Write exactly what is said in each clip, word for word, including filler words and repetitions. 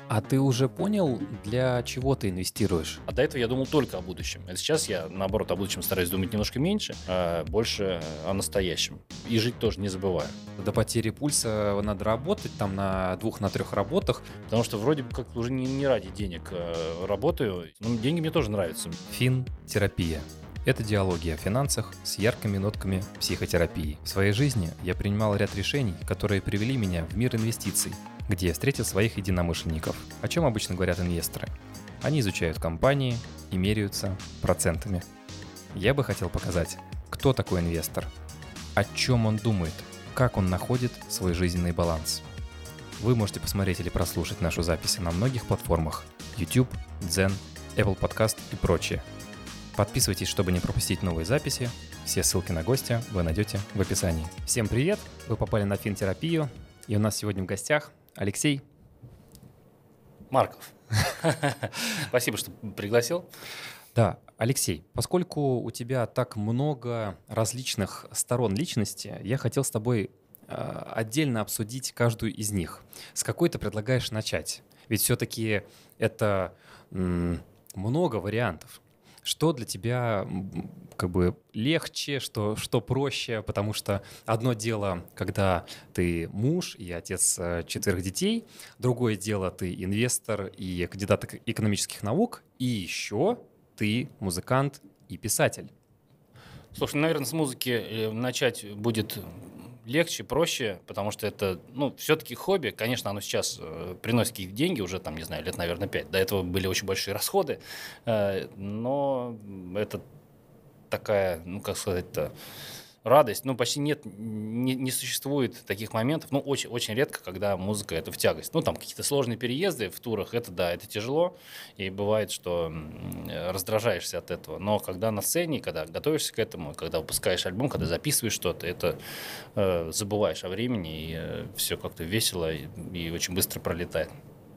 А ты уже понял, для чего ты инвестируешь? А до этого я думал только о будущем. А сейчас я, наоборот, о будущем стараюсь думать немножко меньше, а больше о настоящем. И жить тоже не забываю. До потери пульса надо работать там на двух, на трех работах. Потому что вроде бы как уже не, не ради денег э, работаю. Но деньги мне тоже нравятся. Финтерапия. Это диалоги о финансах с яркими нотками психотерапии. В своей жизни я принимал ряд решений, которые привели меня в мир инвестиций, где я встретил своих единомышленников. О чем обычно говорят инвесторы? Они изучают компании и меряются процентами. Я бы хотел показать, кто такой инвестор, о чем он думает, как он находит свой жизненный баланс. Вы можете посмотреть или прослушать нашу запись на многих платформах: YouTube, Дзен, Apple Podcast и прочее. Подписывайтесь, чтобы не пропустить новые записи. Все ссылки на гостя вы найдете в описании. Всем привет! Вы попали на Финтерапию. И у нас сегодня в гостях Алексей Марков. Спасибо, что пригласил. Да, Алексей, поскольку у тебя так много различных сторон личности, я хотел с тобой э, отдельно обсудить каждую из них. С какой ты предлагаешь начать? Ведь все-таки это м, много вариантов. Что для тебя м, как бы легче, что, что проще? Потому что одно дело, когда ты муж и отец э, четверых детей, другое дело, ты инвестор и кандидат эк- экономических наук, и еще ты музыкант и писатель. Слушай, наверное, с музыки э, начать будет легче, проще, потому что это, ну, все-таки хобби. Конечно, оно сейчас э, приносит какие-то деньги, уже там, не знаю, лет, наверное, пять. До этого были очень большие расходы, э, но это такая, ну, как сказать-то, радость. Ну, почти нет, не, не существует таких моментов. Ну, очень, очень редко, когда музыка — это в тягость. Ну, там какие-то сложные переезды в турах, это да, это тяжело. И бывает, что м, раздражаешься от этого. Но когда на сцене, когда готовишься к этому, когда выпускаешь альбом, когда записываешь что-то, это э, забываешь о времени, и э, все как-то весело и, и очень быстро пролетает.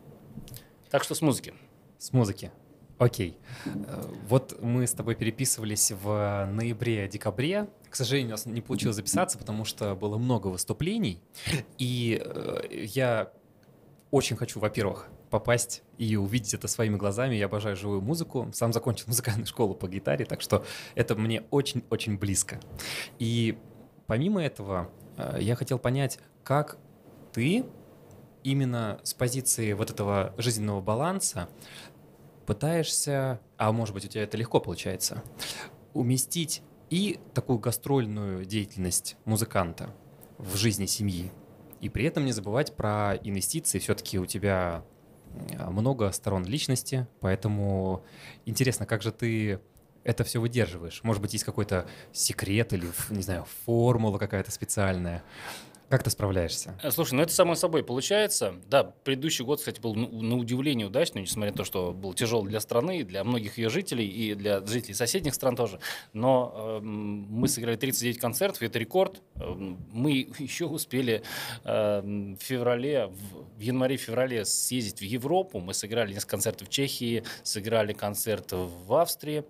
Так что с музыки. С музыки. Окей. Э, Вот мы с тобой переписывались в ноябре-декабре. К сожалению, у нас не получилось записаться, потому что было много выступлений. И э, я очень хочу, во-первых, попасть и увидеть это своими глазами. Я обожаю живую музыку. Сам закончил музыкальную школу по гитаре, так что это мне очень-очень близко. И помимо этого, э, я хотел понять, как ты именно с позиции вот этого жизненного баланса пытаешься, а может быть у тебя это легко получается, уместить и такую гастрольную деятельность музыканта в жизни семьи, и при этом не забывать про инвестиции. Все-таки у тебя м, много сторон личности, поэтому интересно, как же ты это все выдерживаешь? Может быть, есть какой-то секрет или, ф- не знаю, формула какая-то специальная? Как ты справляешься? Э, Слушай, ну это само собой получается. Да, предыдущий год, кстати, был ну, на удивление удачный, несмотря на то, что был тяжелый для страны, для многих ее жителей и для жителей соседних стран тоже. Но эм, мы сыграли тридцать девять концертов, и это рекорд. Эм, мы еще успели эм, в феврале, в, в январе-феврале съездить в Европу. Мы сыграли несколько концертов в Чехии, сыграли концерт в Австрии.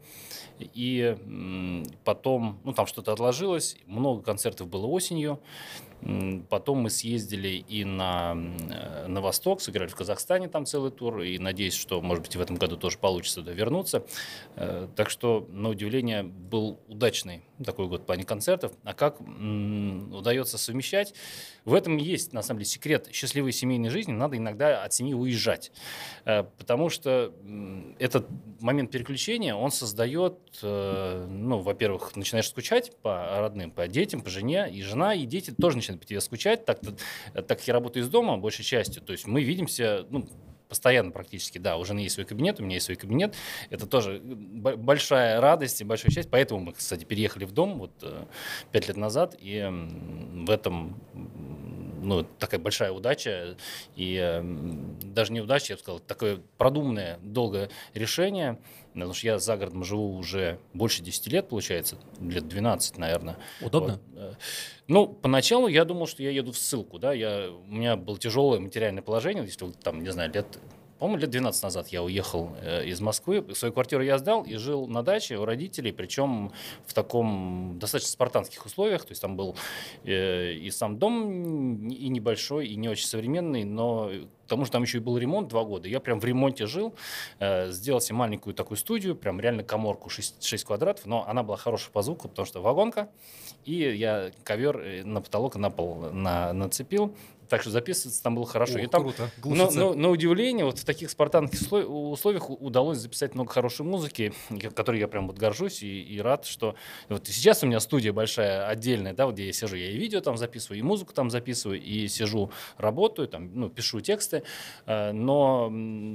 И м, потом, ну там что-то отложилось, много концертов было осенью. М, Потом мы съездили и на, э, на восток, сыграли в Казахстане там целый тур, и надеюсь, что, может быть, и в этом году тоже получится туда вернуться. Э, Так что, на удивление, был удачный такой год в плане концертов. А как м, удается совмещать? В этом и есть, на самом деле, секрет счастливой семейной жизни. Надо иногда от семьи уезжать, Э, потому что м, этот момент переключения, он создает, э, ну, во-первых, начинаешь скучать по родным, по детям, по жене, и жена, и дети тоже начинают по тебе скучать, так-то, так как я работаю из дома большей частью, то есть мы видимся, ну, постоянно практически, да, у жены есть свой кабинет, у меня есть свой кабинет, это тоже б- большая радость и большая часть, поэтому мы, кстати, переехали в дом вот э, пять лет назад, и м, в этом, м, ну, такая большая удача, и э, м, даже не удача, я бы сказал, такое продуманное, долгое решение, потому что я за городом живу уже больше десяти лет, получается, лет двенадцать, наверное. Вот. Удобно? э, Ну, поначалу я думал, что я еду в ссылку, да, я, у меня было тяжелое материальное положение, если вот там, не знаю, лет по-моему, лет двенадцать назад я уехал э, из Москвы. Свою квартиру я сдал и жил на даче у родителей, причем в таком достаточно спартанских условиях. То есть там был э, и сам дом и небольшой, и не очень современный, но потому что там еще и был ремонт два года. Я прям в ремонте жил, э, сделал себе маленькую такую студию, прям реально каморку шесть, шесть квадратов, но она была хорошая по звуку, потому что вагонка, и я ковер на потолок, на пол на, нацепил. Так что записываться там было хорошо. Ох, и там, круто. но, но, на удивление, вот в таких спартанских условиях удалось записать много хорошей музыки, которой я прям вот горжусь и, и рад, что вот сейчас у меня студия большая, отдельная, да, вот где я сижу, я и видео там записываю, и музыку там записываю, и сижу, работаю, там, ну, пишу тексты, но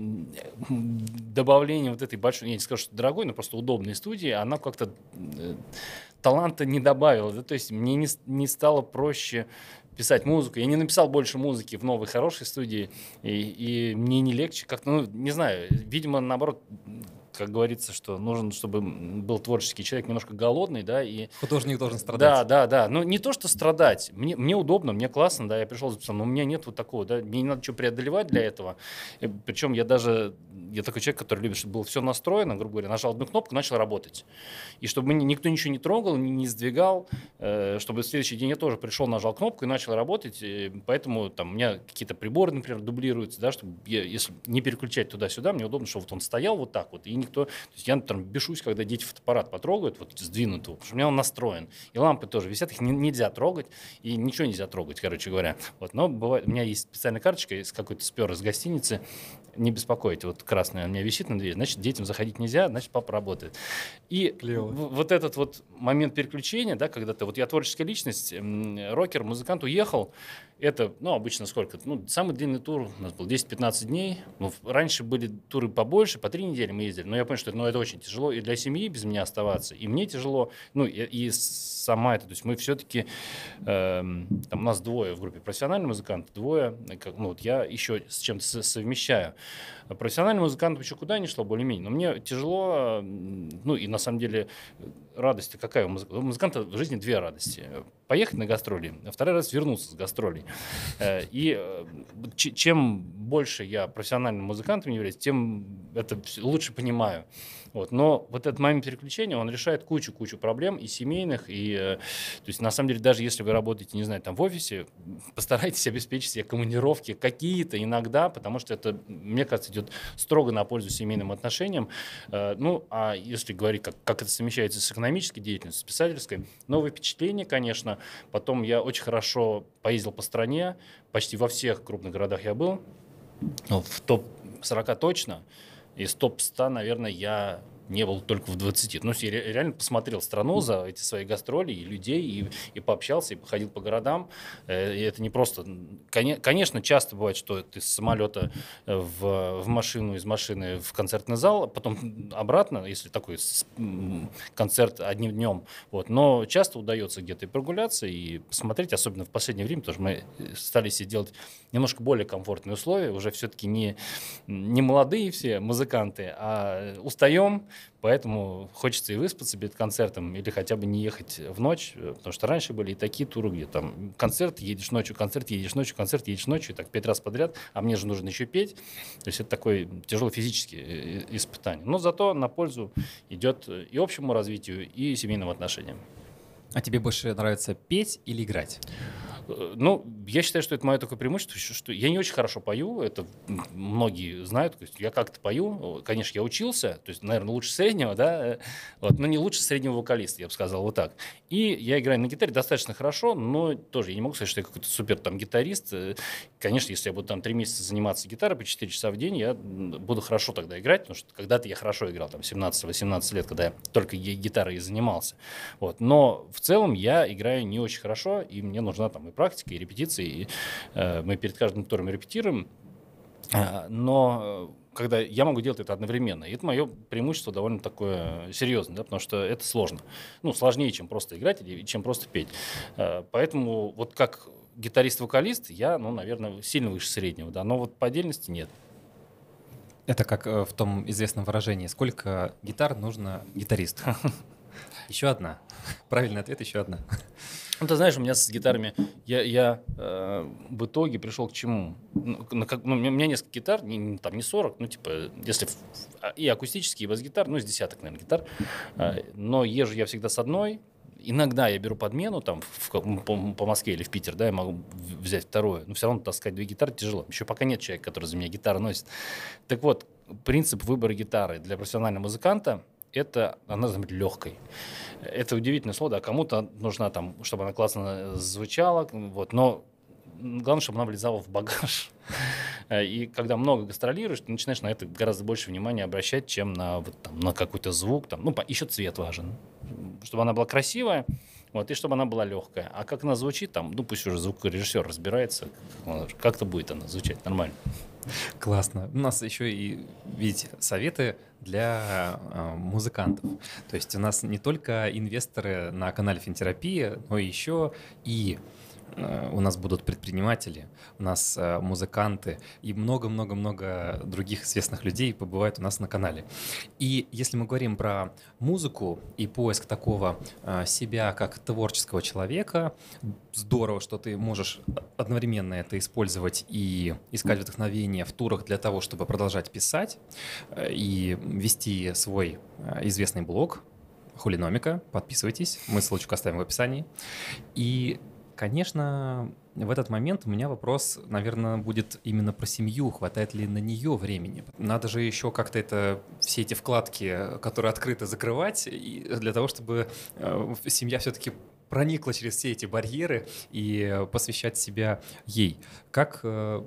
добавление вот этой большой, я не скажу, что дорогой, но просто удобной студии, она как-то таланта не добавила, да, то есть мне не, не стало проще писать музыку. Я не написал больше музыки в новой хорошей студии, и, и мне не легче. Как-то, ну, не знаю, видимо, наоборот, как говорится, что нужен, чтобы был творческий человек немножко голодный, да, и... Художник должен страдать. Да, да, да. Ну, не то, что страдать. Мне, мне удобно, мне классно, да, я пришел записал, но у меня нет вот такого, да, мне не надо что преодолевать для этого. И, причем я даже, я такой человек, который любит, чтобы было все настроено, грубо говоря, нажал одну кнопку, начал работать. И чтобы никто ничего не трогал, не, не сдвигал, э, чтобы в следующий день я тоже пришел, нажал кнопку и начал работать. И поэтому там у меня какие-то приборы, например, дублируются, да, чтобы я, если не переключать туда-сюда, мне удобно, чтобы вот он стоял вот так вот, и никто... То есть я там бешусь, когда дети фотоаппарат потрогают, вот сдвинут его, потому что у меня он настроен. И лампы тоже висят, их не, нельзя трогать, и ничего нельзя трогать, короче говоря. Вот, но бывает, у меня есть специальная карточка из какой-то спер из гостиницы, не беспокойтесь, вот красная у меня висит на двери, значит, детям заходить нельзя, значит, папа работает. И в, вот этот вот момент переключения, да, когда ты, вот я творческая личность, рокер, музыкант, уехал, это, ну, обычно сколько? Ну, самый длинный тур у нас был десять-пятнадцать дней. Ну, раньше были туры побольше, по три недели мы ездили. Но я понял, что это, ну, это очень тяжело и для семьи без меня оставаться, и мне тяжело. Ну, и, и сама это, то есть мы все-таки, э, там у нас двое в группе профессиональных музыкантов, двое, как, ну, вот я еще с чем-то совмещаю. Профессиональный музыкант еще куда ни шло, более-менее. Но мне тяжело, ну, и на самом деле радость какая у музыканта? У музыканта в жизни две радости. Поехать на гастроли, а второй раз вернуться с гастролей. И чем больше я профессиональным музыкантом являюсь, тем это лучше понимаю. Вот. Но вот этот момент переключения, он решает кучу-кучу проблем и семейных, и, то есть, на самом деле, даже если вы работаете, не знаю, там в офисе, постарайтесь обеспечить себе командировки какие-то иногда, потому что это, мне кажется, идет строго на пользу семейным отношениям. Ну, а если говорить, как, как это совмещается с экономической деятельностью, с писательской, новые впечатления, конечно. Потом я очень хорошо поездил по стране, почти во всех крупных городах я был, в топ сорок точно. Из топ ста, наверное, я не был только в двадцати. Ну, я реально посмотрел страну за эти свои гастроли, и людей, и, и пообщался, и походил по городам. И это не просто... Конечно, часто бывает, что ты с самолета в, в машину, из машины в концертный зал, а потом обратно, если такой концерт одним днем. Вот. Но часто удается где-то и прогуляться, и посмотреть, особенно в последнее время, потому что мы стали себе делать немножко более комфортные условия, уже все-таки не, не молодые все музыканты, а устаем. Поэтому хочется и выспаться перед концертом, или хотя бы не ехать в ночь, потому что раньше были и такие туры, где там концерт, едешь ночью, концерт, едешь ночью, концерт, едешь ночью, и так пять раз подряд, а мне же нужно еще петь. То есть это такое тяжелое физическое испытание. Но зато на пользу идет и общему развитию, и семейным отношениям. А тебе больше нравится петь или играть? Ну, я считаю, что это мое такое преимущество, что я не очень хорошо пою, это многие знают, то есть я как-то пою, конечно, я учился, то есть, наверное, лучше среднего, да, вот, но не лучше среднего вокалиста, я бы сказал вот так. И я играю на гитаре достаточно хорошо, но тоже я не могу сказать, что я какой-то супер там гитарист. Конечно, если я буду там три месяца заниматься гитарой по четыре часа в день, я буду хорошо тогда играть, потому что когда-то я хорошо играл, там, семнадцать-восемнадцать лет, когда я только гитарой и занимался. Вот. Но в целом я играю не очень хорошо, и мне нужна там и практика, и репетиции, и э, мы перед каждым туром репетируем, э, но когда я могу делать это одновременно, и это мое преимущество довольно такое серьезное, да, потому что это сложно, ну, сложнее, чем просто играть или чем просто петь, э, поэтому вот как гитарист-вокалист я, ну, наверное, сильно выше среднего, да, но вот по отдельности нет. Это как э, в том известном выражении: сколько гитар нужно гитаристу? Еще одна. Правильный ответ — еще одна. Ну, ты знаешь, у меня с гитарами, я, я э, в итоге пришел к чему? Ну, на как- ну, у меня у меня несколько гитар, не, не- там не сорок, ну, типа, если в- а, и акустические, и бас-гитар, ну, с десяток, наверное, гитар. Э, но езжу я всегда с одной. Иногда я беру подмену там в ка- м, по, по Москве или в Питер, да, я могу в- взять вторую. Но все равно таскать две гитары тяжело. Еще пока нет человека, который за меня гитару носит. Так вот, принцип выбора гитары для профессионального музыканта — это она должна быть легкой. Это удивительное слово, да, кому-то нужна там, чтобы она классно звучала, вот, но главное, чтобы она влезала в багаж. Э, И когда много гастролируешь, ты начинаешь на это гораздо больше внимания обращать, чем на, вот, там, на какой-то звук. Там. Ну, по- еще цвет важен. Чтобы она была красивая, вот, и чтобы она была легкая. А как она звучит, там, ну, пусть уже звукорежиссер разбирается, как-то будет она звучать нормально. Классно. У нас еще и, видите, советы для э, музыкантов. То есть у нас не только инвесторы на канале Финтерапия, но еще и э, у нас будут предприниматели, у нас э, музыканты и много-много-много других известных людей побывают у нас на канале. И если мы говорим про музыку и поиск такого э, себя как творческого человека, здорово, что ты можешь одновременно это использовать и искать вдохновение в турах для того, чтобы продолжать писать э, и вести свой э, известный блог Хулиномика. Подписывайтесь, мы ссылочку оставим в описании. И, конечно, в этот момент у меня вопрос, наверное, будет именно про семью. Хватает ли на нее времени? Надо же еще как-то это, все эти вкладки, которые открыты, закрывать, и для того, чтобы э, семья все-таки проникла через все эти барьеры и посвящать себя ей. Как э,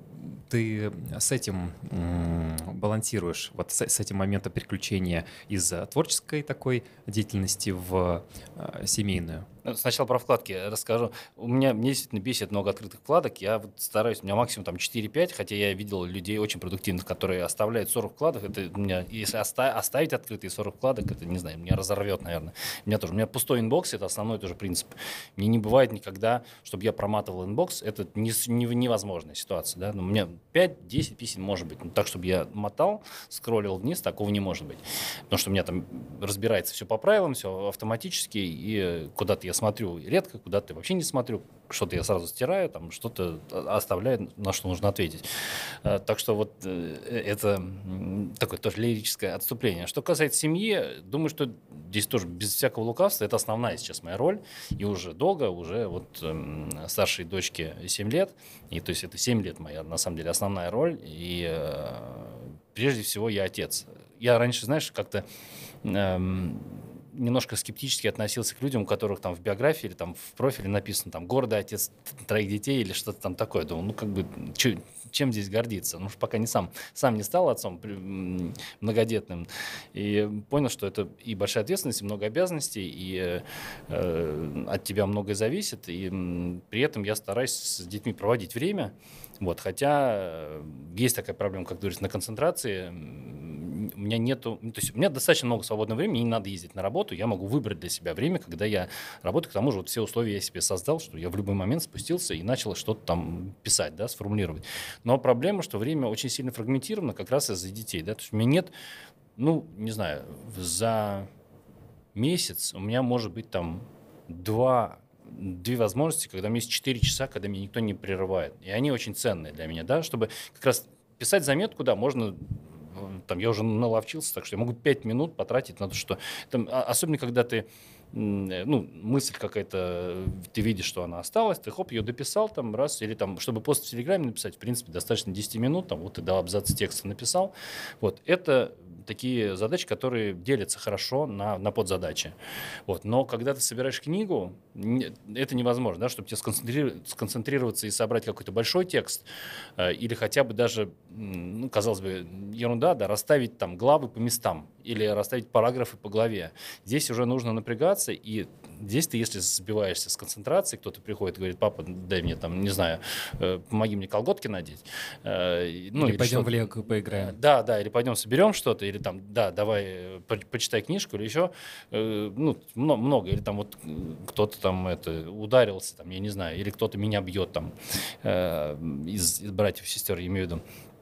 ты с этим м, балансируешь, вот с, с этим моментом переключения из э, творческой такой деятельности в э, семейную? Ну, сначала про вкладки расскажу. У меня, мне действительно бесит много открытых вкладок. Я вот стараюсь, у меня максимум там четыре-пять, хотя я видел людей очень продуктивных, которые оставляют сорок вкладок. Это у меня, если оста- оставить открытые сорок вкладок, это, не знаю, меня разорвет, наверное. У меня тоже, у меня пустой инбокс, это основной тоже принцип. Мне не бывает никогда, чтобы я проматывал инбокс, это не, с- не- невозможная ситуация, да. Но у меня пять-десять писем может быть, но так, чтобы я мотал, скроллил вниз, такого не может быть. Потому что у меня там разбирается все по правилам, все автоматически, и куда-то я смотрю редко, куда-то вообще не смотрю, что-то я сразу стираю, там что-то оставляю, на что нужно ответить. Э, Так что вот э, это м, такое тоже лирическое отступление. Что касается семьи, думаю, что здесь тоже без всякого лукавства, это основная сейчас моя роль, и уже долго, уже вот эм, старшей дочке семь лет, и то есть это семь лет моя, на самом деле, основная роль, и э, прежде всего я отец. Я раньше, знаешь, как-то эм, немножко скептически относился к людям, у которых там в биографии или там в профиле написано там гордый отец троих детей или что-то там такое. Думал, ну как бы чё- чем здесь гордиться? Ну, пока не сам, сам не стал отцом при- м, многодетным. И понял, что это и большая ответственность, и много обязанностей, и э, э, от тебя многое зависит. И м, при этом я стараюсь с детьми проводить время. Вот, хотя э, есть такая проблема, как говорится, на концентрации. М, У меня нету, ну, то есть у меня достаточно много свободного времени, не надо ездить на работу, я могу выбрать для себя время, когда я работаю. К тому же вот все условия я себе создал, что я в любой момент спустился и начал что-то там писать, да, сформулировать. Но проблема, что время очень сильно фрагментировано как раз из-за детей, да, то есть у меня нет, ну, не знаю, за месяц у меня может быть там два, две возможности, когда у меня есть четыре часа, когда меня никто не прерывает. И они очень ценные для меня, да, чтобы как раз писать заметку, да, можно, э, там, я уже наловчился, так что я могу пять минут потратить на то, что, там, а- особенно когда ты, м, э, ну, мысль какая-то, э, ты видишь, что она осталась, ты хоп, ее дописал там раз, или там, чтобы пост в Телеграме написать, в принципе, достаточно десять минут, там, вот ты до абзаца текста написал, вот, это такие задачи, которые делятся хорошо на, на подзадачи. Вот. Но когда ты собираешь книгу, не- это невозможно, да, чтобы тебе сконцентрироваться, сконцентрироваться и собрать какой-то большой текст, э, или хотя бы даже, м, ну, казалось бы, ерунда, да, расставить там главы по местам или расставить параграфы по главе. Здесь уже нужно напрягаться, и здесь ты, если сбиваешься с концентрации, кто-то приходит и говорит: папа, дай мне там, не знаю, э, помоги мне колготки надеть. э, ну, Или пойдем в что-то. Лего Э, поиграем. Да, да, или пойдем соберем что-то, или там, да, давай э, по- почитай книжку, или еще, э, ну, мно- много, или там вот э, кто-то там это ударился, там, я не знаю, или кто-то меня бьет там э, из, из братьев и сестер, я имею в виду.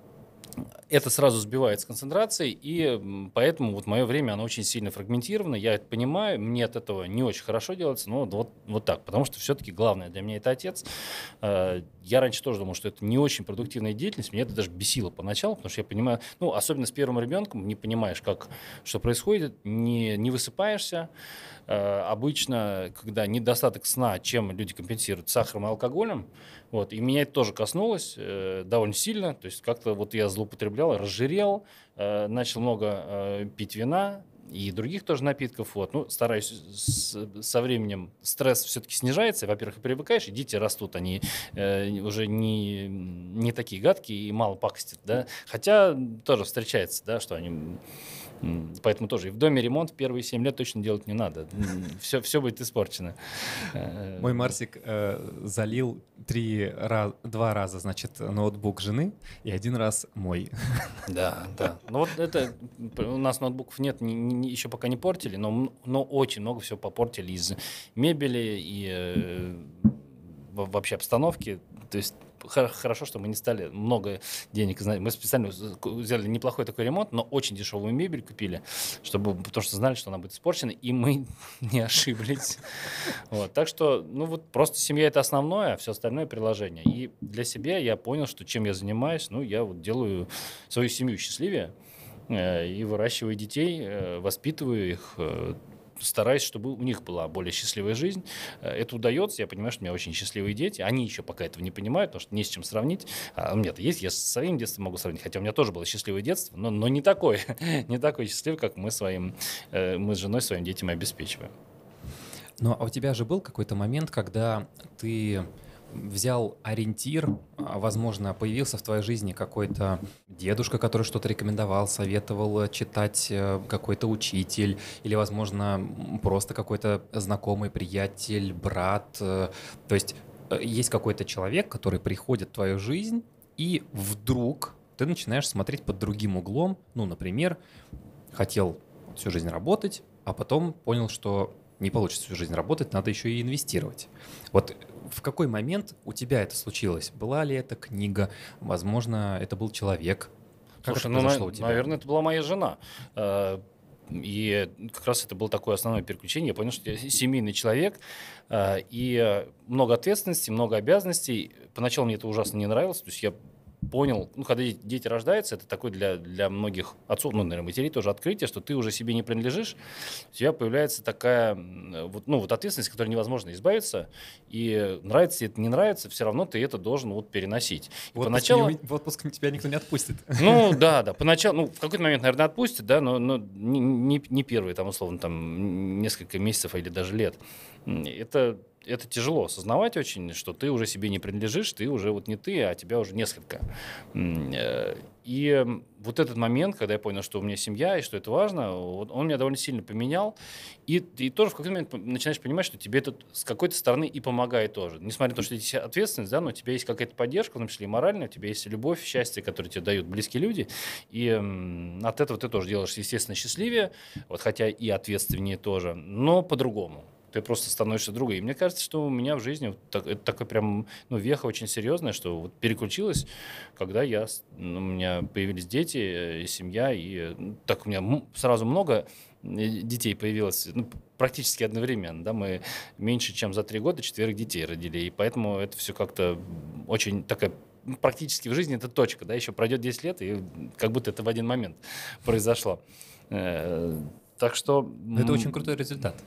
Это сразу сбивает с концентрации, и м, поэтому вот мое время, оно очень сильно фрагментировано, я это понимаю, мне от этого не очень хорошо делается, но вот вот так, потому что все-таки главное для меня это отец. Э, Я раньше тоже думал, что это не очень продуктивная деятельность, меня это даже бесило поначалу, потому что я понимаю, ну, особенно с первым ребенком, не понимаешь, как, что происходит, не, не высыпаешься. Э, Обычно, когда недостаток сна, чем люди компенсируют? Сахаром и алкоголем. Вот, и меня это тоже коснулось э, довольно сильно, то есть как-то вот я злоупотреблял, разжирел, э, начал много э, пить вина, и других тоже напитков. Вот. Ну, стараюсь с, со временем стресс все-таки снижается. Во-первых, и привыкаешь, и дети растут, они э, уже не, не такие гадкие и мало пакостят, да. Хотя тоже встречается, да, что они... м, Поэтому тоже и в доме ремонт в первые семь лет точно делать не надо. Все, все будет испорчено. Э, Мой Марсик э, залил три раз, два раза, значит, ноутбук жены и один раз мой. Да, да. Ну вот это у нас ноутбуков нет, ни- ни- еще пока не портили, но, м- но очень много всего попортили из мебели и э, во- вообще обстановки. То есть хор- хорошо, что мы не стали много денег. зна- Мы специально з- ку- взяли неплохой такой ремонт, но очень дешевую мебель купили, чтобы, потому что знали, что она будет испорчена, и мы не ошиблись. Вот, так что, ну вот просто семья это основное, а все остальное приложение. И для себя я понял, что чем я занимаюсь, ну я вот делаю свою семью счастливее э, и выращиваю детей, э, воспитываю их, э, стараюсь, чтобы у них была более счастливая жизнь. Э, Это удается, я понимаю, что у меня очень счастливые дети. Они еще пока этого не понимают, потому что не с чем сравнить. А у меня-то есть, я со своим детством могу сравнить, хотя у меня тоже было счастливое детство, но, но не такое, не такое счастливое, как мы своим, э, мы с женой своим детям обеспечиваем. Ну, а у тебя же был какой-то момент, когда ты взял ориентир, а, возможно, появился в твоей жизни какой-то дедушка, который что-то рекомендовал, советовал э, читать, э, какой-то учитель, или, возможно, м, просто какой-то знакомый, приятель, брат. э, То есть э, есть какой-то человек, который приходит в твою жизнь, и вдруг ты начинаешь смотреть под другим углом. Ну, например, хотел всю жизнь работать, а потом понял, что не получится всю жизнь работать, надо еще и инвестировать. Вот в какой момент у тебя это случилось? Была ли это книга? Возможно, это был человек? Как это Слушай, ну, на- произошло у тебя? наверное, это была моя жена. Э, И как раз это было такое основное переключение. Я понял, что я семейный человек, э, и э, много ответственности, много обязанностей. Поначалу мне это ужасно не нравилось. То есть я понял, ну, когда де- дети рождаются, это такое для, для многих отцов, ну, наверное, матерей тоже открытие, что ты уже себе не принадлежишь. У тебя появляется такая м, вот, ну, вот ответственность, от которой невозможно избавиться. И нравится тебе это, не нравится, все равно ты это должен вот переносить. И В отпуск, поначалу... не у- в отпуск тебя никто не отпустит. Ну, да, да. Поначалу, ну, в какой-то момент, наверное, отпустят, да, но, но не, не, не первые, там, условно, там, несколько месяцев или даже лет. М, Это, это тяжело осознавать очень, что ты уже себе не принадлежишь, ты уже вот не ты, а тебя уже несколько. М, э, И м, вот этот момент, когда я понял, что у меня семья и что это важно, вот он меня довольно сильно поменял. И ты тоже в какой-то момент по- начинаешь понимать, что тебе это с какой-то стороны и помогает тоже. Несмотря на то, что есть ответственность, да, но у тебя есть какая-то поддержка, в том числе и моральная, у тебя есть любовь, счастье, которое тебе дают близкие люди. И м, от этого ты тоже делаешь, естественно, счастливее, вот, хотя и ответственнее тоже, но по-другому. Ты просто становишься другой. И мне кажется, что у меня в жизни вот так- это такой прям, ну, веха очень серьезная, что вот переключилась, когда я, с- ну, у меня появились дети, э, и семья, и э, ну, так у меня м- сразу много э, детей появилось, ну, п- практически одновременно, да, мы меньше, чем за три года четверых детей родили, и поэтому это все как-то очень такая ну, практически в жизни это точка, да, еще пройдет десять лет, и как будто это в один момент произошло. Э, Так что... Но это очень м, крутой результат.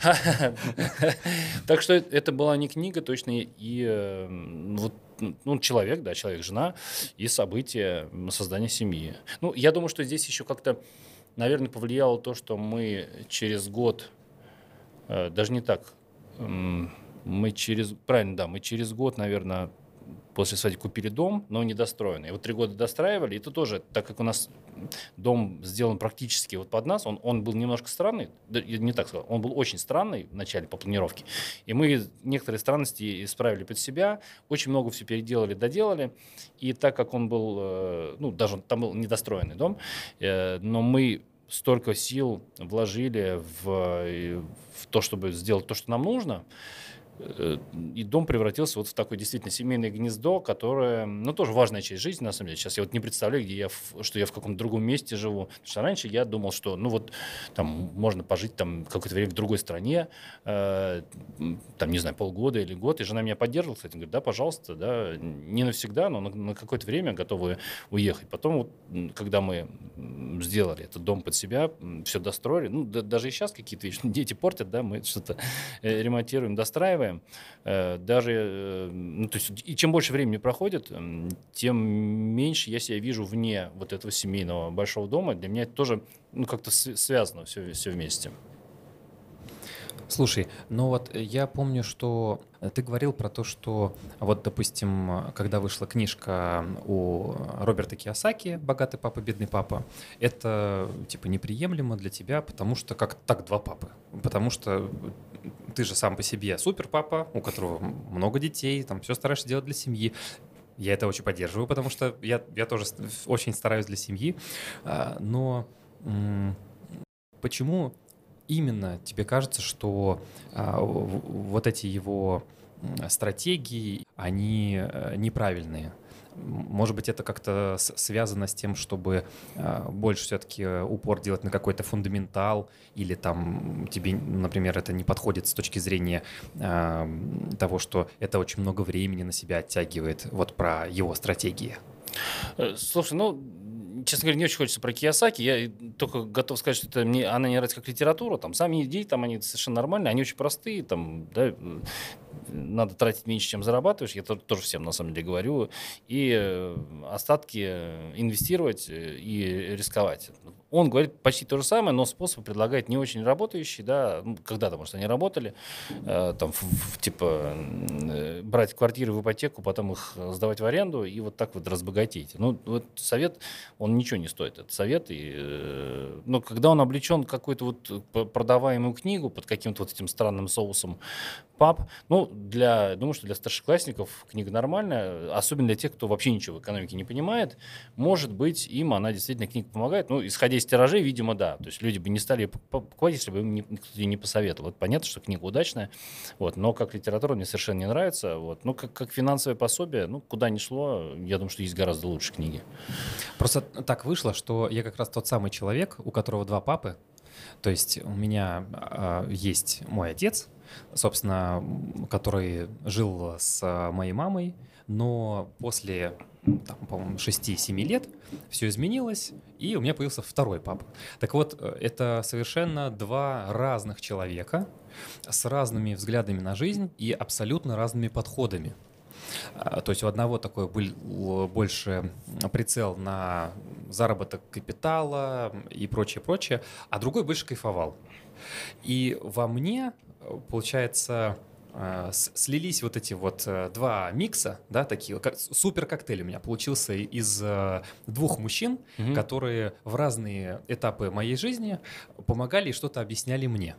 Так что это была не книга, точно, и э, вот ну, человек, да, человек, жена и события м, создания семьи. Ну, я думаю, что здесь еще как-то, наверное, повлияло то, что мы через год, э, даже не так, м, мы через, правильно, да, мы через год, наверное, после свадьбы купили дом, но недостроенный. И вот три года достраивали, и это тоже, так как у нас дом сделан практически вот под нас, он, он был немножко странный, да, я не так сказал, он был очень странный в начале по планировке, и мы некоторые странности исправили под себя, очень много все переделали, доделали, и так как он был, э, ну, даже он- там был недостроенный дом, э, но мы столько сил вложили в, э, в то, чтобы сделать то, что нам нужно, И дом превратился вот в такое действительно семейное гнездо, которое, ну, тоже важная часть жизни, на самом деле. Сейчас я вот не представляю, где я, в- что я в каком-то другом месте живу. Потому что раньше я думал, что, ну, вот там можно пожить там какое-то время в другой стране, э, м, там, не знаю, полгода или год. И жена меня поддерживала, кстати, говорит, да, пожалуйста, да, не навсегда, но на, на какое-то время готовы уехать. Потом, вот, м, когда мы м, сделали этот дом под себя, все достроили, ну, да- даже и сейчас какие-то вещи дети портят, да, мы что-то э, ремонтируем, достраиваем. Э, Даже, э, ну, то есть, и чем больше времени проходит, м, тем меньше я себя вижу вне вот этого семейного большого дома. Для меня это тоже, ну, как-то с- связано все, все вместе. Слушай, ну вот э, я помню, что э, ты говорил про то, что вот, допустим, э, когда вышла книжка у Роберта Кийосаки «Богатый папа, бедный папа», это типа неприемлемо для тебя, потому что как так два папы? Потому что ты же сам по себе супер папа, у которого много детей, там все стараешься делать для семьи. Я это очень поддерживаю, потому что я, я тоже с- очень стараюсь для семьи. А, Но м, почему именно тебе кажется, что а, в- вот эти его м, стратегии, они э, неправильные? М, Может быть, это как-то с- связано с тем, чтобы а, больше все-таки упор делать на какой-то фундаментал, или там тебе, например, это не подходит с точки зрения а, м, того, что это очень много времени на себя оттягивает, вот про его стратегии. Э, Слушай, ну, честно говоря, не очень хочется про Киясаки. Я и только готов сказать, что это мне, она не нравится как литература. Там сами идеи, там они совершенно нормальные, они очень простые. Там, да, э, надо тратить меньше, чем зарабатываешь. Я то- тоже всем на самом деле говорю. И э, остатки э, инвестировать э, и рисковать. Он говорит почти то же самое, но способ предлагает не очень работающий, да, ну, когда-то, может, они работали, э, там, в- в- типа, м, э, брать квартиры в ипотеку, потом их э, сдавать в аренду и вот так вот разбогатеть. Ну, вот совет, он ничего не стоит, этот совет. И, э, ну, когда он облечен в какую-то вот э, п- продаваемую книгу под каким-то вот этим странным соусом пап, ну, для, думаю, что для старшеклассников книга нормальная, особенно для тех, кто вообще ничего в экономике не понимает. Может быть, им она действительно книга помогает. Ну, исходя из тиражей, видимо, да. То есть люди бы не стали ее покупать, если бы им не- никто ей не посоветовал. Вот понятно, что книга удачная, вот, но как литература мне совершенно не нравится. Вот. Ну, как, как финансовое пособие, ну, куда ни шло, я думаю, что есть гораздо лучше книги. Просто так вышло, что я как раз тот самый человек, у которого два папы. То есть у меня а, есть мой отец, собственно, м, который жил с а, моей мамой, но после, м, там, по-моему, шести-семи лет все изменилось, и у меня появился второй папа. Так вот, э, это совершенно два разных человека с разными взглядами на жизнь и абсолютно разными подходами. А, То есть у одного такой был больше прицел на заработок капитала и прочее, прочее, а другой больше кайфовал. И во мне, э, получается, э, с- слились вот эти вот э, два микса, да, такие, как с- супер коктейль у меня получился из э, двух мужчин, Мгм. которые в разные этапы моей жизни помогали и что-то объясняли мне.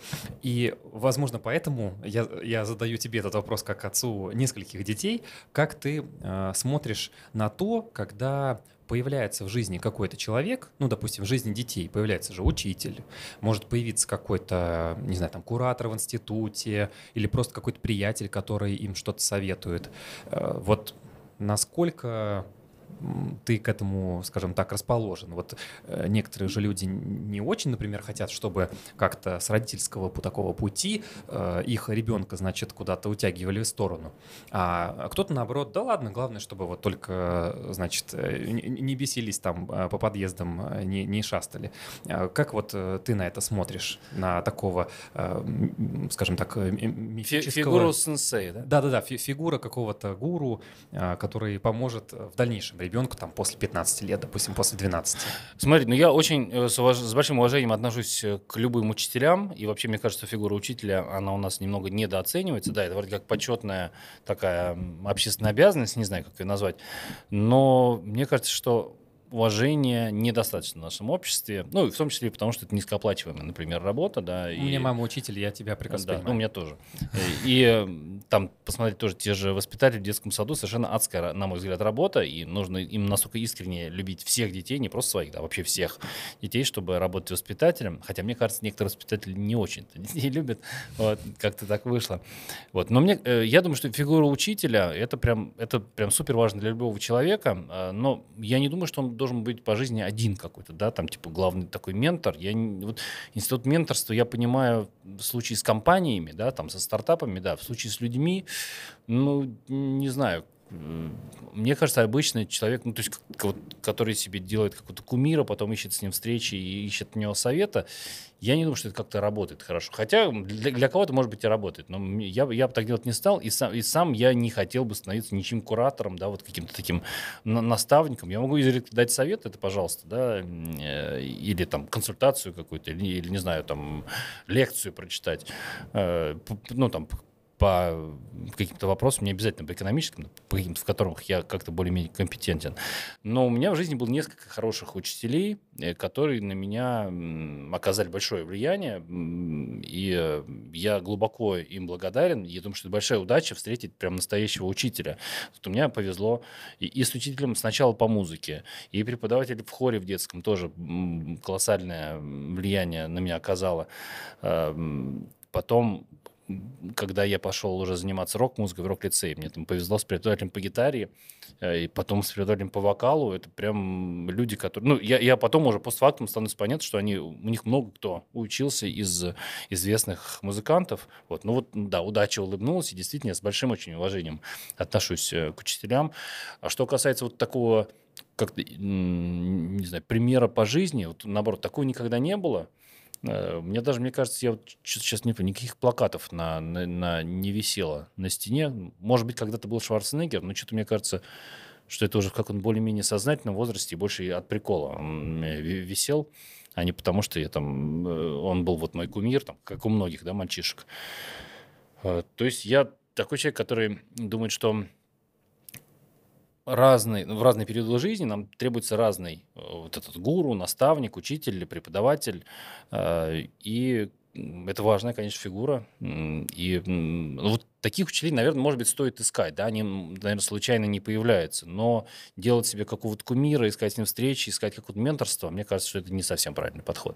И, возможно, поэтому я, я задаю тебе этот вопрос как отцу нескольких детей. Как ты э, смотришь на то, когда появляется в жизни какой-то человек, ну, допустим, в жизни детей появляется же учитель, может появиться какой-то, не знаю, там, куратор в институте или просто какой-то приятель, который им что-то советует. Э, вот насколько м, ты к этому, скажем так, расположен. Вот э, некоторые же люди не очень, например, хотят, чтобы как-то с родительского пу- такого пути э, их ребенка, значит, куда-то утягивали в сторону. А кто-то, наоборот, да ладно, главное, чтобы вот только, э, значит, э, не не бесились там э, по подъездам, э, не, не шастали. А Как вот э, ты на это смотришь, на такого, э, м, скажем так, э, м- Фи- мифического... Фигуру сенсей, да? Да-да-да, фи- фигура какого-то гуру, а, который поможет э, в дальнейшем ребенку там после пятнадцати лет, допустим, после двенадцати. Смотри, ну я очень э, с, уваж- с большим уважением отношусь э, к любым учителям, и вообще мне кажется, фигура учителя, она у нас немного недооценивается, да, это вроде как почетная такая м, общественная обязанность, не знаю, как ее назвать, но мне кажется, что уважения недостаточно в нашем обществе. Ну, и в том числе и потому, что это низкооплачиваемая, например, работа. Да, У и, меня мама учитель, я тебя прекрасно да, ну, у понимаю. меня тоже. И, и э, там посмотреть тоже те же воспитатели в детском саду, совершенно адская, на мой взгляд, работа, и нужно им настолько искренне любить всех детей, не просто своих, да, вообще всех детей, чтобы работать воспитателем. Хотя, мне кажется, некоторые воспитатели не очень-то детей любят. Вот, как-то так вышло. Вот. Но мне, э, я думаю, что фигура учителя это прям, это прям супер важно для любого человека. э, Но я не думаю, что он должен быть по жизни один какой-то, да, там типа главный такой ментор. Я не- вот институт менторства я понимаю в случае с компаниями, да, там со стартапами, да, в случае с людьми, ну не знаю. м, Мне кажется, обычный человек, ну, то есть, к- вот, который себе делает какого-то кумира, потом ищет с ним встречи и ищет от него совета, я не думаю, что это как-то работает хорошо. Хотя для, для кого-то, может быть, и работает. Но мне- я, бы- я бы так делать не стал. И сам, и сам я не хотел бы становиться ничьим куратором, да, вот каким-то таким на- наставником. Я могу изредка дать совет, это пожалуйста, да, м, э, или там консультацию какую-то, или, или, не знаю, там лекцию прочитать. Э, п- п- ну, там, п- по каким-то вопросам, не обязательно по экономическим, по каким-то, в которых я как-то более-менее компетентен. Но у меня в жизни было несколько хороших учителей, э, которые на меня м, оказали большое влияние, м, и э, я глубоко им благодарен. Я думаю, что это большая удача встретить прям настоящего учителя. Вот у меня повезло и, и с учителем сначала по музыке, и преподаватель в хоре в детском тоже м, колоссальное влияние на меня оказало. А, м, Потом м, когда я пошел уже заниматься рок-музыкой в рок-лицее, мне там повезло с преподавателем по гитаре, э, и потом с преподавателем по вокалу. Это прям люди, которые... Ну, я, я потом уже постфактум становится понятно, что они, у них много кто учился из известных музыкантов. Вот. Ну вот, да, удача улыбнулась, и действительно я с большим очень уважением отношусь э, к учителям. А что касается вот такого, как-то, м, не знаю, примера по жизни, вот наоборот, такого никогда не было. Э, Мне даже, мне кажется, я вот сейчас не помню, никаких плакатов на, на, на- не висело на стене. Может быть, когда-то был Шварценеггер, но что-то мне кажется, что это уже в каком-то более-менее сознательном возрасте и больше и от прикола он у меня ви- висел, а не потому, что я там, э, он был вот мой кумир, там, как у многих, да, мальчишек. Э, То есть я такой человек, который думает, что разный, ну, в разные периоды жизни нам требуется разный э, вот этот гуру, наставник, учитель или преподаватель. Э, И м, это важная, конечно, фигура. М, И м, ну, вот таких учителей, наверное, может быть, стоит искать. Да? Они, наверное, случайно не появляются. Но делать себе какого-то кумира, искать с ним встречи, искать какое-то менторство, мне кажется, что это не совсем правильный подход.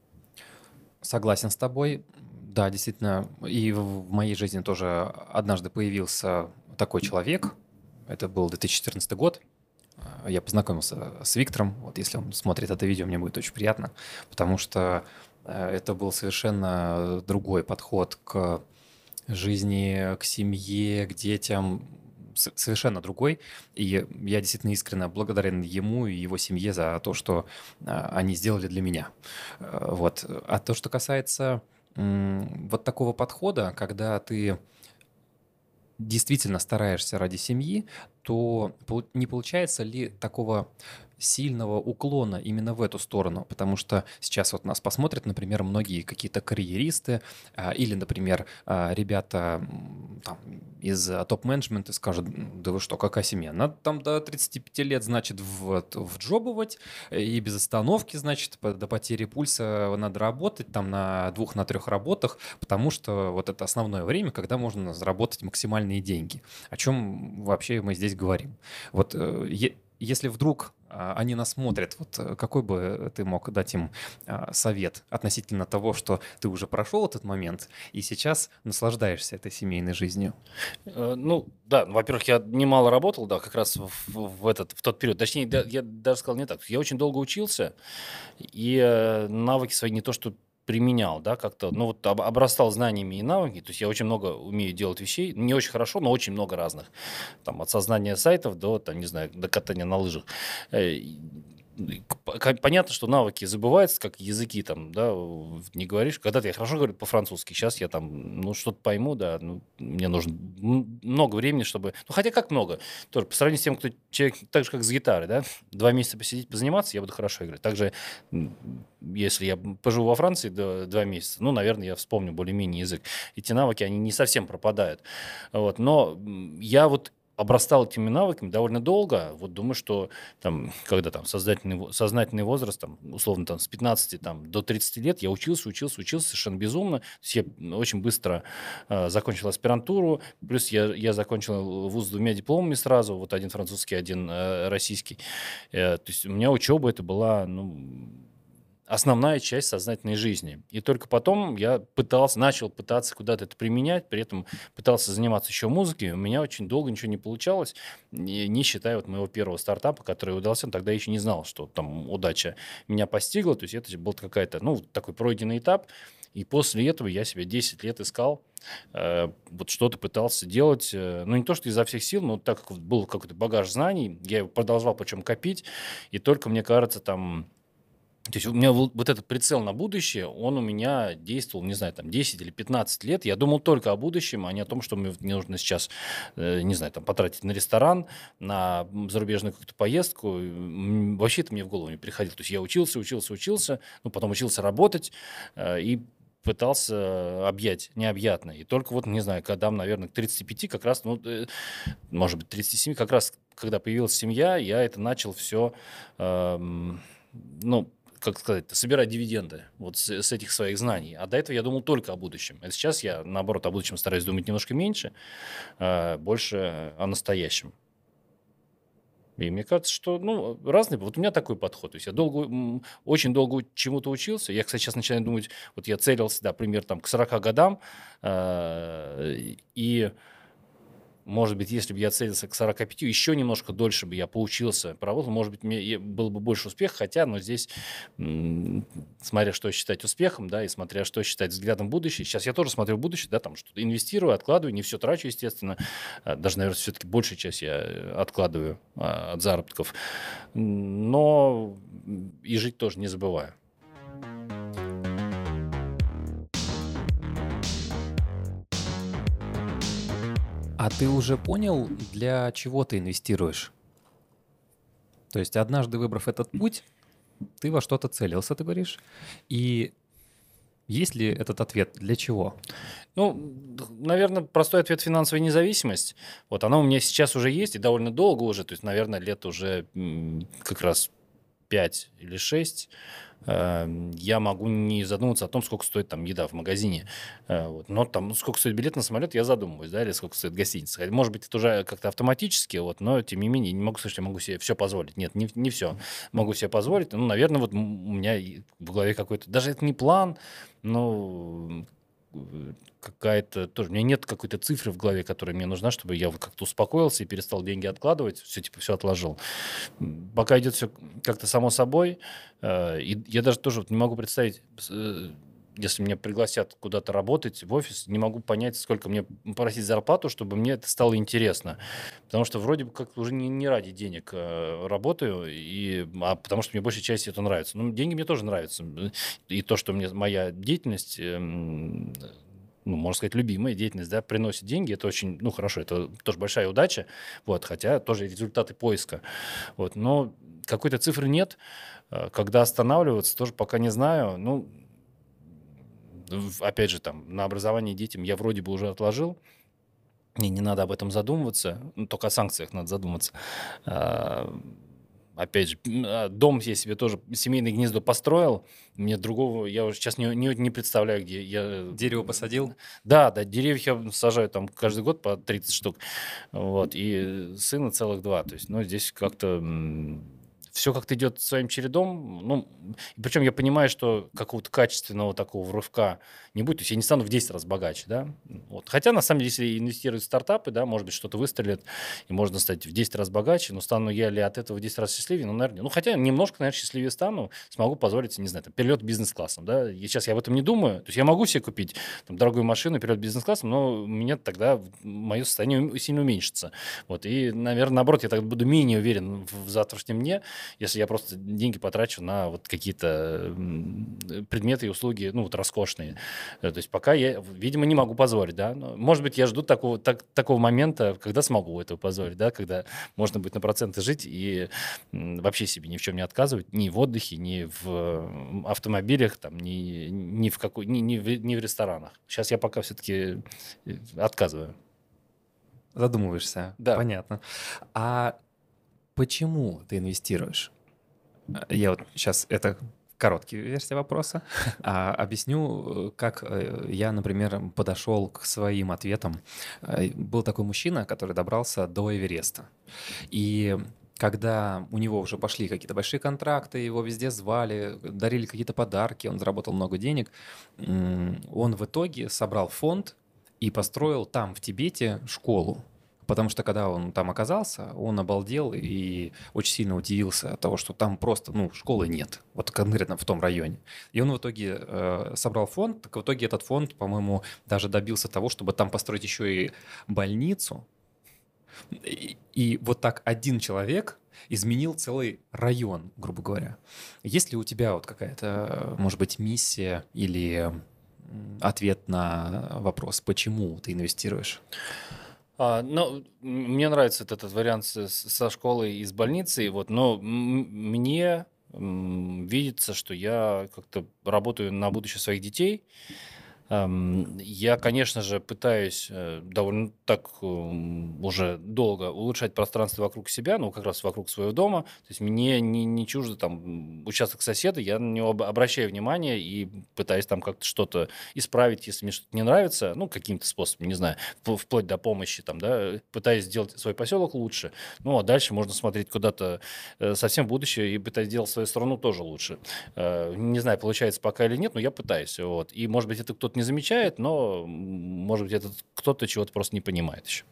Согласен с тобой. Да, действительно, и в в моей жизни тоже однажды появился такой человек. Это был две тысячи четырнадцатый год. А, Я познакомился с Виктором. Вот если он смотрит это видео, мне будет очень приятно, потому что э, это был совершенно другой подход к жизни, к семье, к детям, с- совершенно другой. И я действительно искренне благодарен ему и его семье за то, что а, они сделали для меня. Э, Вот. А то, что касается м, вот такого подхода, когда ты действительно стараешься ради семьи, то полу- не получается ли такого сильного уклона именно в эту сторону? Потому что сейчас вот нас посмотрят, например, многие какие-то карьеристы а, или, например, а, ребята м, там, из а, топ-менеджмента скажут: «М, да вы что, какая семья? Надо там до тридцати пяти лет, значит, вот, вджобывать и без остановки, значит, по- до потери пульса надо работать там на двух, на трех работах, потому что вот это основное время, когда можно заработать максимальные деньги. О чем вообще мы здесь говорим? Вот э, е- если вдруг а, они нас смотрят, вот э, какой бы ты мог дать им а, совет относительно того, что ты уже прошел этот момент и сейчас наслаждаешься этой семейной жизнью? Э, Ну, да, ну, во-первых, я немало работал, да, как раз в, в- в этот, в тот период. Точнее, да, я даже сказал не так. Я очень долго учился, и э, навыки свои не то что применял, да, как-то, ну, вот об- обрастал знаниями и навыками. То есть я очень много умею делать вещей, не очень хорошо, но очень много разных. Там, от создания сайтов до, там, не знаю, до катания на лыжах. Э, и- и к- ка- Понятно, что навыки забываются, как языки там, да, в- не говоришь. Когда-то я хорошо говорю по-французски, сейчас я там, ну, что-то пойму, да, ну, мне нужно м- много времени, чтобы... Ну, хотя как много? Тоже по сравнению с тем, кто человек, так же, как с гитарой, да, два месяца посидеть, позаниматься, я буду хорошо играть. Также, м, если я поживу во Франции до, два месяца, ну, наверное, я вспомню более-менее язык. Эти навыки, они не совсем пропадают. Вот. Но м, я вот обрастал этими навыками довольно долго. Вот думаю, что там, когда там сознательный, во- сознательный возраст, там, условно там, с пятнадцати там, до тридцати лет, я учился, учился, учился совершенно безумно. То есть я м, очень быстро э, закончил аспирантуру, плюс я, я закончил вуз с двумя дипломами сразу, вот один французский, один э, российский. Э, то есть у меня учеба это была, ну, основная часть сознательной жизни. И только потом я пытался, начал пытаться куда-то это применять, при этом пытался заниматься еще музыкой. У меня очень долго ничего не получалось, не, не считая вот моего первого стартапа, который удался. Тогда я еще не знал, что там удача меня постигла. То есть это был какая-то, ну, такой пройденный этап. И после этого я себя десять лет искал, э, вот что-то пытался делать. э, Ну, не то, что изо всех сил, но так как вот был какой-то багаж знаний, я его продолжал причем копить. И только, мне кажется, там то есть у меня вот вот этот прицел на будущее, он у меня действовал, не знаю, там десять или пятнадцать лет. Я думал только о будущем, а не о том, что мне вот мне нужно сейчас, э, не знаю, там потратить на ресторан, на м, зарубежную какую-то поездку. М, Вообще это мне в голову не приходило. То есть я учился, учился, учился, ну, потом учился работать э, и пытался объять необъятное. И только вот, не знаю, годам, наверное, к тридцати пяти как раз, ну, э, может быть, тридцати семи, как раз когда появилась семья, я это начал все, ну, как сказать, собирать дивиденды вот с, с этих своих знаний. А до этого я думал только о будущем. А сейчас я, наоборот, о будущем стараюсь думать немножко меньше, а, больше о настоящем. И мне кажется, что, ну, разные. Вот у меня такой подход. То есть я долго, м, очень долго чему-то учился. Я, кстати, сейчас начинаю думать, вот я целился, да, примерно там к сорока годам, а, и может быть, если бы я целился к сорока пяти, еще немножко дольше бы я поучился, поработал, может быть, мне и было бы больше успеха, хотя, но здесь, м, смотря что считать успехом, да, и смотря что считать взглядом в будущее. Сейчас я тоже смотрю в будущее, да, там что-то инвестирую, откладываю, не все трачу, естественно. А, Даже, наверное, все-таки большую часть я э, откладываю а, от заработков. Но м, и жить тоже не забываю. А ты уже понял, для чего ты инвестируешь? То есть однажды выбрав этот путь, ты во что-то целился, ты говоришь, и есть ли этот ответ для чего? Ну, наверное, простой ответ — финансовая независимость. Вот она у меня сейчас уже есть и довольно долго уже, то есть, наверное, лет уже м, как раз пять или шесть. э, Я могу не задумываться о том, сколько стоит там еда в магазине. Э, вот. Но там, ну, сколько стоит билет на самолет, я задумываюсь, да, или сколько стоит гостиница. Хотя, может быть, это уже как-то автоматически, вот, но тем не менее, не могу сказать, что я могу себе все позволить. Нет, не, не все могу себе позволить. Ну, наверное, вот м- у меня и в голове какой-то, даже это не план, но э, какая-то тоже. У меня нет какой-то цифры в голове, которая мне нужна, чтобы я вот как-то успокоился и перестал деньги откладывать, все типа все отложил. М, Пока идет все как-то само собой, э, и я даже тоже вот не могу представить, с- э, если меня пригласят куда-то работать в офис, не могу понять, сколько мне просить зарплату, чтобы мне это стало интересно. Потому что вроде бы как уже не, не ради денег э, работаю, и, а потому что мне большей части это нравится. Ну, деньги мне тоже нравятся. М, И то, что мне моя деятельность, эм, ну, можно сказать, любимая деятельность, да, приносит деньги, это очень, ну, хорошо, это тоже большая удача, вот, хотя тоже результаты поиска, вот, но какой-то цифры нет. Э, когда останавливаться, тоже пока не знаю, ну, в- опять же, там, на образование детям я вроде бы уже отложил, мне не надо об этом задумываться, ну, только о санкциях надо задуматься. А, Опять же, м, а, дом я себе тоже, семейное гнездо построил, мне другого, я уже сейчас не, не, не представляю, где я... э, Дерево посадил? Да, да, деревьев я сажаю там каждый год по тридцать штук, вот, и сына целых два, то есть, ну, здесь как-то все как-то идет своим чередом, ну, причем я понимаю, что какого-то качественного такого рывка не будет, то есть я не стану в десять раз богаче, да, вот. Хотя, на самом деле, если инвестировать в стартапы, да, может быть, что-то выстрелит, и можно стать в десять раз богаче, но стану я ли от этого в десять раз счастливее? Ну, наверное, ну, хотя немножко, наверное, счастливее стану, смогу позволить, не знаю, там, перелет бизнес-классом, да, и сейчас я об этом не думаю, то есть я могу себе купить там, дорогую машину, перелет бизнес-классом, но у меня тогда мое состояние ум- сильно уменьшится, вот, и, наверное, наоборот, я тогда буду менее уверен в, в завтрашнем дне, если я просто деньги потрачу на вот какие-то м, предметы и услуги, ну, вот роскошные. Э, То есть пока я, видимо, не могу позволить, да. Но, может быть, я жду такого, так, такого момента, когда смогу этого позволить, да, когда можно будет на проценты жить и м, вообще себе ни в чем не отказывать, ни в отдыхе, ни в м, автомобилях, там, ни, ни, в, какой, ни, ни, в, ни в ресторанах. Сейчас я пока все-таки отказываю. Задумываешься, Да. понятно. А почему ты инвестируешь? Э, Я вот сейчас это короткая версия вопроса. А, объясню, э, как э, я, например, подошел к своим ответам. Э, Был такой мужчина, который добрался до Эвереста. И когда у него уже пошли какие-то большие контракты, его везде звали, дарили какие-то подарки, он заработал много денег, м, он в итоге собрал фонд и построил там, в Тибете, школу. Потому что когда он там оказался, он обалдел и очень сильно удивился от того, что там просто, ну, школы нет, вот конкретно в том районе. И он в итоге э, собрал фонд, так в итоге этот фонд, по-моему, даже добился того, чтобы там построить еще и больницу, и, и вот так один человек изменил целый район, грубо говоря. Есть ли у тебя вот какая-то, может быть, миссия или м, ответ на вопрос, почему ты инвестируешь? А, ну, м- мне нравится этот, этот вариант с- с- со школой и с больницей, вот, но м- мне м, видится, что я как-то работаю на будущее своих детей. Ам, Я, конечно же, пытаюсь э, довольно так м, уже долго улучшать пространство вокруг себя, ну, как раз вокруг своего дома. То есть мне не, не чуждо там м, участок соседа, я на него об- обращаю внимание и пытаюсь там как-то что-то исправить, если мне что-то не нравится, ну, каким-то способом, не знаю, впл- вплоть до помощи, там, да, э, пытаюсь сделать свой поселок лучше. Ну, а дальше можно смотреть куда-то э, совсем в будущее и пытаюсь сделать свою страну тоже лучше. Э, Не знаю, получается пока или нет, но я пытаюсь. Вот. И, может быть, это кто-то не замечает, но, м, может быть, этот кто-то чего-то просто не понимает еще.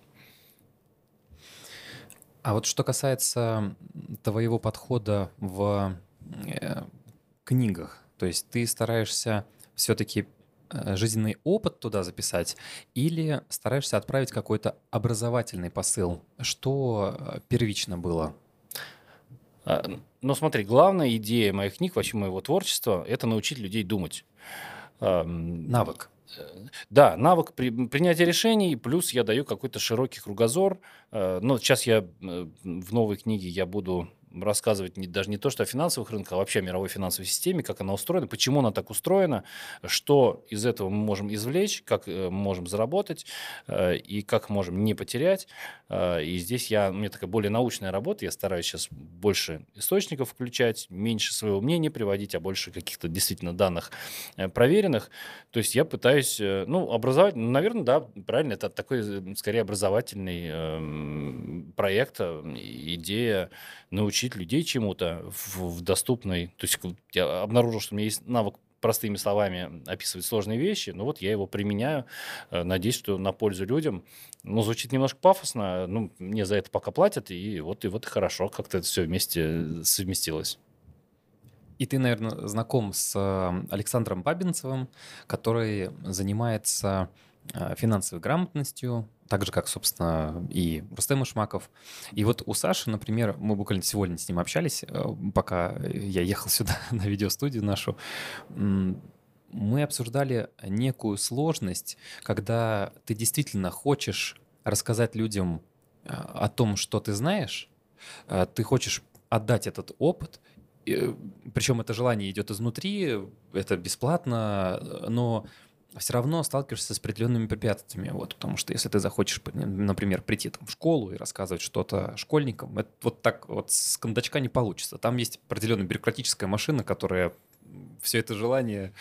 А вот что касается м, твоего подхода в э, книгах, то есть ты стараешься все-таки жизненный опыт туда записать или стараешься отправить какой-то образовательный посыл? Что э, первично было? А, н- Но смотри, главная идея моих книг, вообще моего творчества, это научить людей думать. Ам, и, Навык. э, Да, навык при- м, принятия решений, плюс я даю какой-то широкий кругозор. Э, Но сейчас я э, в новой книге я буду рассказывать не, даже не то, что о финансовых рынках, а вообще о мировой финансовой системе, как она устроена, почему она так устроена, что из этого мы можем извлечь, как э, мы можем заработать э, и как можем не потерять. Э, И здесь я, у меня такая более научная работа, я стараюсь сейчас больше источников включать, меньше своего мнения приводить, а больше каких-то действительно данных э, проверенных. То есть я пытаюсь, э, ну, образовать, ну, наверное, да, правильно, это такой, э, скорее, образовательный эм, проект, э, идея научить людей чему-то в, в доступной. То есть к- я обнаружил, что у меня есть навык простыми словами описывать сложные вещи, но вот я его применяю, э, надеюсь, что на пользу людям. Ну, звучит немножко пафосно, ну, мне за это пока платят, и вот, и вот и хорошо, как-то это все вместе э, совместилось. И ты, наверное, знаком с э, Александром Бабинцевым, который занимается э, финансовой грамотностью, так же, как, собственно, и Рустем Ишмаков. И вот у Саши, например, мы буквально сегодня с ним общались, э, пока я ехал сюда на видеостудию нашу, м, мы обсуждали некую сложность, когда ты действительно хочешь рассказать людям э, о том, что ты знаешь, э, ты хочешь отдать этот опыт, причем это желание идет изнутри, это бесплатно, э, но все равно сталкиваешься с определенными препятствиями. Вот, потому что если ты захочешь, п- например, прийти там, в школу и рассказывать что-то школьникам, это вот так вот с кондачка не получится. Там есть определенная бюрократическая машина, которая все это желание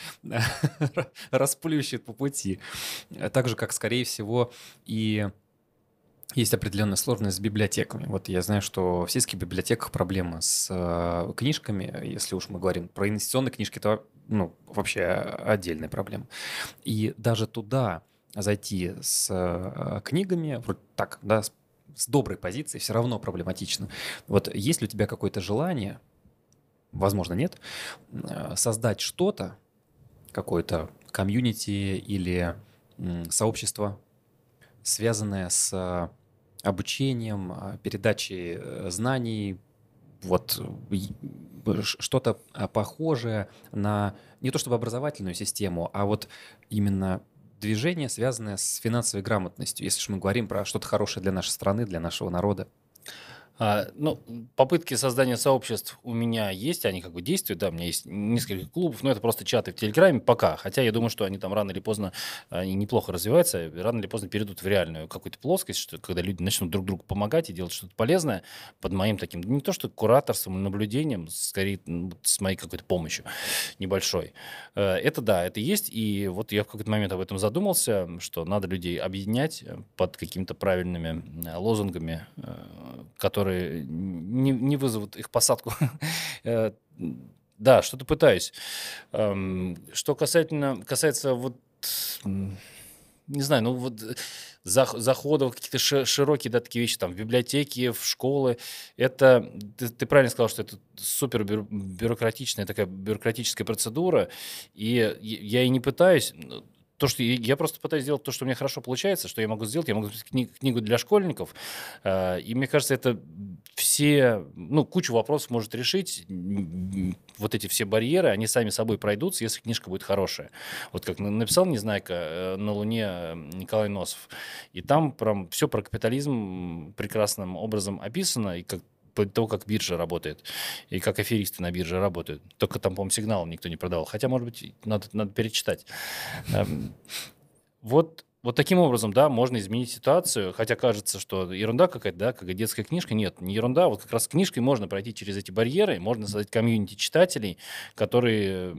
расплющит по пути. Э, Так же, как, скорее всего, и есть определенная сложность с библиотеками. Вот я знаю, что в сельских библиотеках проблемы с э, книжками. Если уж мы говорим про инвестиционные книжки, то ну, вообще отдельная проблема. И даже туда зайти с э, книгами, вроде так, да, с, с доброй позиции, все равно проблематично. Вот есть ли у тебя какое-то желание, возможно, нет, э, создать что-то, какое-то комьюнити или м, сообщество, связанное с э, обучением, а, передачей э, знаний, вот э, и, э, ш- что-то а, похожее на не то чтобы образовательную систему, а вот именно движение, связанное с финансовой грамотностью, если уж мы говорим про что-то хорошее для нашей страны, для нашего народа. А, ну, попытки создания сообществ у меня есть, они как бы действуют, да, у меня есть несколько клубов, но это просто чаты в Телеграме пока, хотя я думаю, что они там рано или поздно, они неплохо развиваются, и рано или поздно перейдут в реальную какую-то плоскость, что когда люди начнут друг другу помогать и делать что-то полезное под моим таким, не то что кураторством, наблюдением, скорее м, с моей какой-то помощью небольшой. Э, Это да, это есть, и вот я в какой-то момент об этом задумался, что надо людей объединять э, под какими-то правильными э, лозунгами, э, которые не, не вызовут их посадку. Э, Да, что-то пытаюсь. Эм, Что касательно, касается вот, м, не знаю, ну вот э, зах- заходов, какие-то ши- широкие, да, такие вещи, там, в библиотеки, в школы, это, ты, ты правильно сказал, что это супер бюро- бюрократичная такая бюрократическая процедура, и я я и не пытаюсь, ну, то, что я я просто пытаюсь сделать то, что у меня хорошо получается, что я могу сделать. Я могу написать кни- книгу для школьников, э, и мне кажется, это все, ну, кучу вопросов может решить. М, Вот эти все барьеры, они сами собой пройдутся, если книжка будет хорошая. Вот как на- написал Незнайка э, на Луне э, Николай Носов. И там прям все про капитализм м, прекрасным образом описано, и как по- то, как биржа работает, и как аферисты на бирже работают. Только там, по-моему, сигнал никто не продавал. Хотя, может быть, надо, надо перечитать. Эм, вот, вот таким образом, да, можно изменить ситуацию, хотя кажется, что ерунда какая-то, да, как и детская книжка. Нет, не ерунда. Вот как раз с книжкой можно пройти через эти барьеры, можно создать комьюнити читателей, которые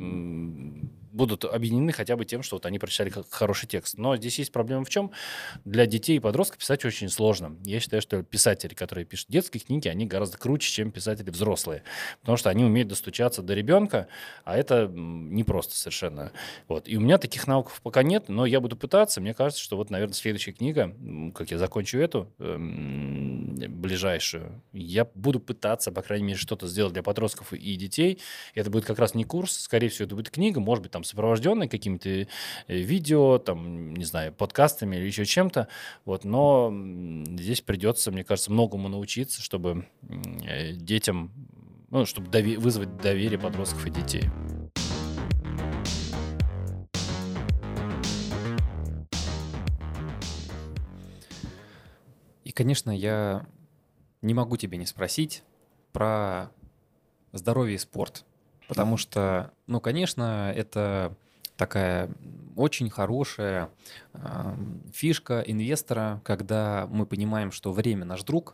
м, будут объединены хотя бы тем, что вот они прочитали как хороший текст. Но здесь есть проблема в чем? Для детей и подростков писать очень сложно. Я считаю, что писатели, которые пишут детские книги, они гораздо круче, чем писатели взрослые, потому что они умеют достучаться до ребенка, а это м, непросто совершенно. Вот. И у меня таких навыков пока нет, но я буду пытаться. Мне кажется, что вот, наверное, следующая книга, м, как я закончу эту, эм, ближайшую, я буду пытаться, по крайней мере, что-то сделать для подростков и детей. И это будет как раз не курс, скорее всего, это будет книга, может быть, там сопровожденная какими-то э, видео, там, не знаю, подкастами или еще чем-то. Вот. Но м, здесь придется, мне кажется, многому научиться, чтобы м, э, детям, ну, чтобы дове- вызвать доверие подростков и детей. И, конечно, я не могу тебе не спросить про здоровье и спорт. Потому что, ну, конечно, это такая очень хорошая ам, фишка инвестора, когда мы понимаем, что время наш друг,